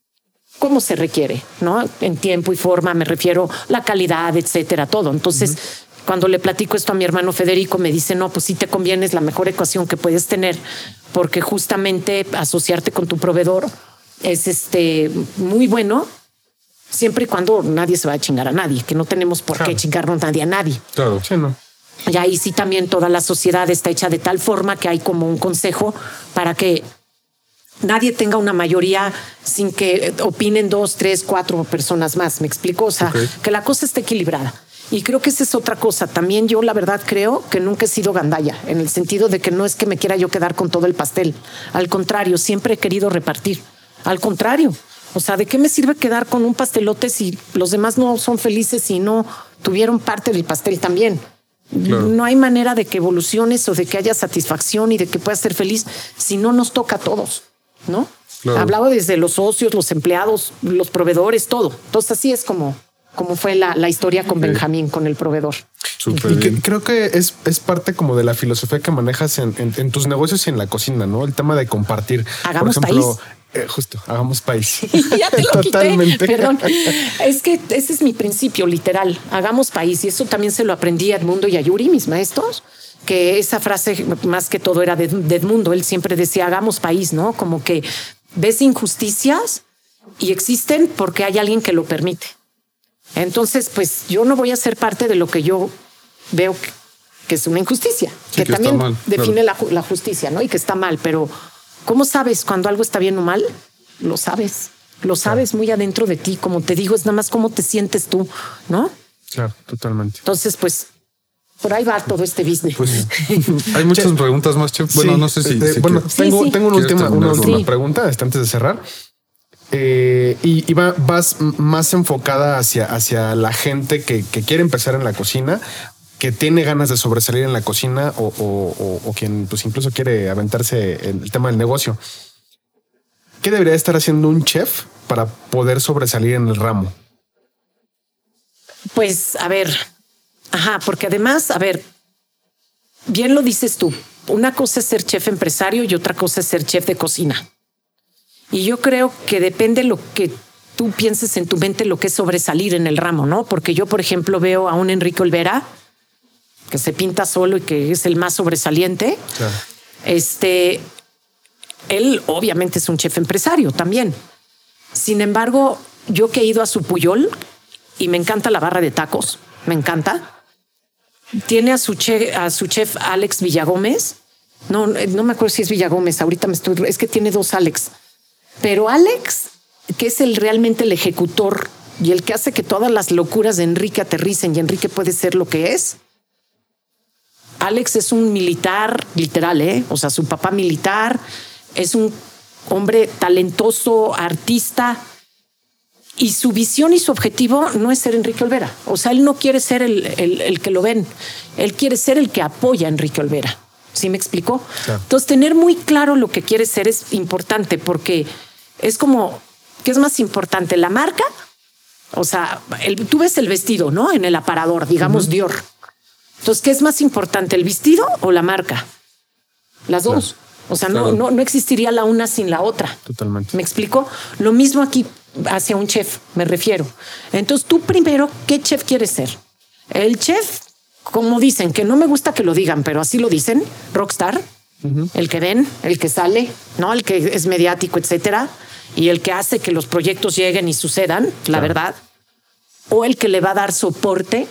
como se requiere, ¿no? En tiempo y forma, me refiero la calidad, etcétera, todo. Entonces, uh-huh. Cuando le platico esto a mi hermano Federico, me dice, no, pues sí te conviene, es la mejor ecuación que puedes tener, porque justamente asociarte con tu proveedor es este muy bueno, siempre y cuando nadie se va a chingar a nadie, que no tenemos por claro. qué chingarnos nadie a nadie. Claro, sí, no. Y ahí sí también toda la sociedad está hecha de tal forma que hay como un consejo para que nadie tenga una mayoría sin que opinen dos, tres, cuatro personas más. ¿Me explico? O sea, okay. Que la cosa esté equilibrada. Y creo que esa es otra cosa. También yo, la verdad, creo que nunca he sido gandalla, en el sentido de que no es que me quiera yo quedar con todo el pastel. Al contrario, siempre he querido repartir. Al contrario. O sea, ¿de qué me sirve quedar con un pastelote si los demás no son felices y no tuvieron parte del pastel también? Claro. No hay manera de que evoluciones o de que haya satisfacción y de que puedas ser feliz si no nos toca a todos, ¿no? Claro. Hablaba desde los socios, los empleados, los proveedores, todo. Entonces así es como como fue la, la historia con okay. Benjamín, con el proveedor. Súper y que, creo que es, es parte como de la filosofía que manejas en, en, en tus negocios y en la cocina, ¿no? El tema de compartir. Hagamos Por ejemplo, país. Eh, justo, hagamos país. Ya te lo Totalmente. Quité. Perdón. Es que ese es mi principio, literal. Hagamos país. Y eso también se lo aprendí a Edmundo y a Yuri, mis maestros, que esa frase más que todo era de, de Edmundo. Él siempre decía, hagamos país, ¿no? Como que ves injusticias y existen porque hay alguien que lo permite. Entonces, pues yo no voy a ser parte de lo que yo veo que, que es una injusticia, sí, que, que también mal, define claro. la, la justicia, ¿no? Y que está mal, pero ¿cómo sabes cuando algo está bien o mal? Lo sabes, lo sabes claro. muy adentro de ti. Como te digo, es nada más cómo te sientes tú, ¿no? Claro, totalmente. Entonces, pues, por ahí va todo este business. Pues, hay muchas chef. preguntas más, Chef. Bueno, sí, no sé si... Eh, si bueno, que, tengo, sí, sí. tengo una última, una última sí. pregunta antes de cerrar. Eh, y y va, vas más enfocada hacia, hacia la gente que, que quiere empezar en la cocina, que tiene ganas de sobresalir en la cocina o, o, o, o quien pues incluso quiere aventarse el, el tema del negocio. ¿Qué debería estar haciendo un chef para poder sobresalir en el ramo? Pues, a ver, ajá, porque además, a ver, bien lo dices tú, una cosa es ser chef empresario y otra cosa es ser chef de cocina. Y yo creo que depende lo que tú pienses en tu mente, lo que es sobresalir en el ramo, ¿no? Porque yo, por ejemplo, veo a un Enrique Olvera que se pinta solo y que es el más sobresaliente. Claro. Este, él obviamente es un chef empresario también. Sin embargo, yo que he ido a su Puyol y me encanta la barra de tacos, me encanta. Tiene a su, che, a su chef Alex Villagómez. No, no me acuerdo si es Villagómez. Ahorita me estoy... Es que tiene dos Alex. Pero Alex, que es el realmente el ejecutor y el que hace que todas las locuras de Enrique aterricen y Enrique puede ser lo que es. Alex es un militar, literal, ¿eh? O sea, su papá militar, es un hombre talentoso, artista, y su visión y su objetivo no es ser Enrique Olvera. O sea, él no quiere ser el, el, el que lo ven, él quiere ser el que apoya a Enrique Olvera. ¿Sí me explicó? Claro. Entonces, tener muy claro lo que quiere ser es importante porque es como, ¿qué es más importante? ¿La marca? O sea, el, tú ves el vestido, ¿no? En el aparador, digamos uh-huh. Dior. Entonces, ¿qué es más importante? ¿El vestido o la marca? Las dos. Claro. O sea, claro. no, no, no existiría la una sin la otra. Totalmente. ¿Me explico? Lo mismo aquí hacia un chef, me refiero. Entonces, tú primero, ¿qué chef quieres ser? El chef... Como dicen, que no me gusta que lo digan, pero así lo dicen, rockstar, uh-huh. el que ven, el que sale, ¿no? El que es mediático, etcétera, y el que hace que los proyectos lleguen y sucedan, claro. la verdad, o el que le va a dar soporte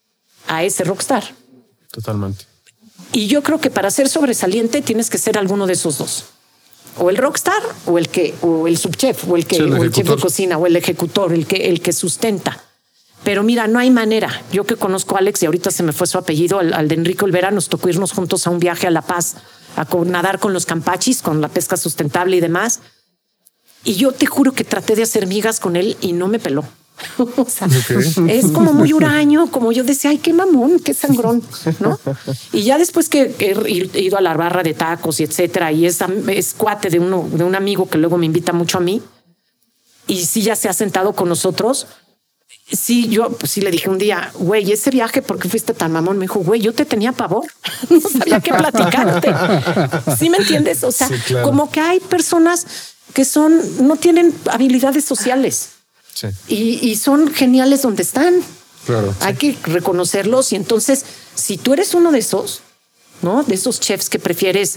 a ese rockstar. Totalmente. Y yo creo que para ser sobresaliente tienes que ser alguno de esos dos. O el rockstar, o el que, o el subchef, o el que, sí, el o el chef de cocina, o el ejecutor, el que, el que sustenta. Pero mira, no hay manera. Yo que conozco a Alex y ahorita se me fue su apellido, al, al de Enrique Olvera, nos tocó irnos juntos a un viaje a La Paz, a nadar con los campachis, con la pesca sustentable y demás. Y yo te juro que traté de hacer migas con él y no me peló. O sea, okay. Es como muy huraño, como yo decía, ay, qué mamón, qué sangrón, ¿no? Y ya después que he ido a la barra de tacos y etcétera, y es, es cuate de, uno, de un amigo que luego me invita mucho a mí, y sí ya se ha sentado con nosotros. Sí, yo pues, sí le dije un día, güey, ese viaje, ¿por qué fuiste tan mamón? Me dijo, güey, yo te tenía pavor. No sabía qué platicarte. ¿Sí me entiendes? O sea, sí, claro. Como que hay personas que son, no tienen habilidades sociales. Sí. Y, y son geniales donde están. Claro. Hay sí. que reconocerlos. Y entonces, si tú eres uno de esos, ¿no? De esos chefs que prefieres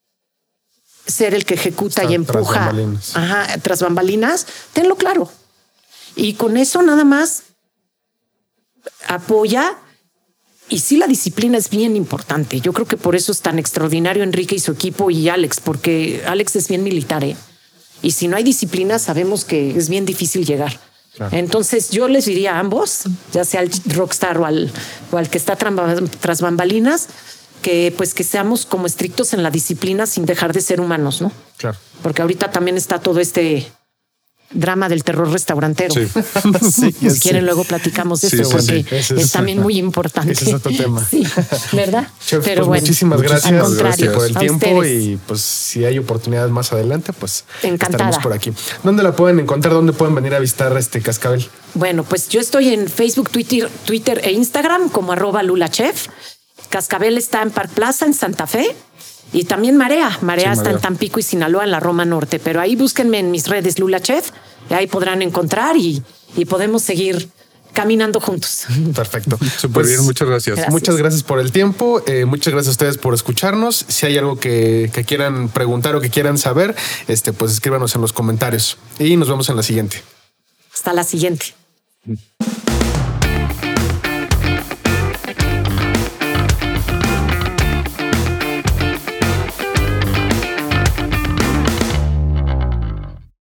ser el que ejecuta Está y empuja tras bambalinas. Ajá, tras bambalinas, tenlo claro. Y con eso nada más apoya. Y sí, la disciplina es bien importante. Yo creo que por eso es tan extraordinario Enrique y su equipo y Alex, porque Alex es bien militar, ¿eh? Y si no hay disciplina, sabemos que es bien difícil llegar. Claro. Entonces yo les diría a ambos, ya sea al rockstar o al, o al que está tras bambalinas, que pues que seamos como estrictos en la disciplina sin dejar de ser humanos, ¿no? Claro. Porque ahorita también está todo este... drama del terror restaurantero. Sí. Sí, si sí. quieren, luego platicamos de Sí, esto, sí, porque sí. Ese es, es- también muy importante. ese es otro tema. Sí, ¿verdad? Chef, Pero pues bueno, muchísimas gracias, al contrario, por el a tiempo ustedes. y pues si hay oportunidades más adelante, pues Encantada. estaremos por aquí. ¿Dónde la pueden encontrar? ¿Dónde pueden venir a visitar este Cascabel? Bueno, pues yo estoy en Facebook, Twitter, Twitter e Instagram como arroba lulachef. Cascabel está en Park Plaza, en Santa Fe. Y también Marea. Marea Sí, está Marea. en Tampico y Sinaloa, en la Roma Norte. Pero ahí búsquenme en mis redes Lula Chef. Y ahí podrán encontrar y, y podemos seguir caminando juntos. Perfecto. Súper Pues, bien, muchas gracias. Gracias. Muchas gracias por el tiempo. eh, muchas gracias a ustedes por escucharnos. Si hay algo que, que quieran preguntar o que quieran saber, este, pues escríbanos en los comentarios. Y nos vemos en la siguiente. Hasta la siguiente.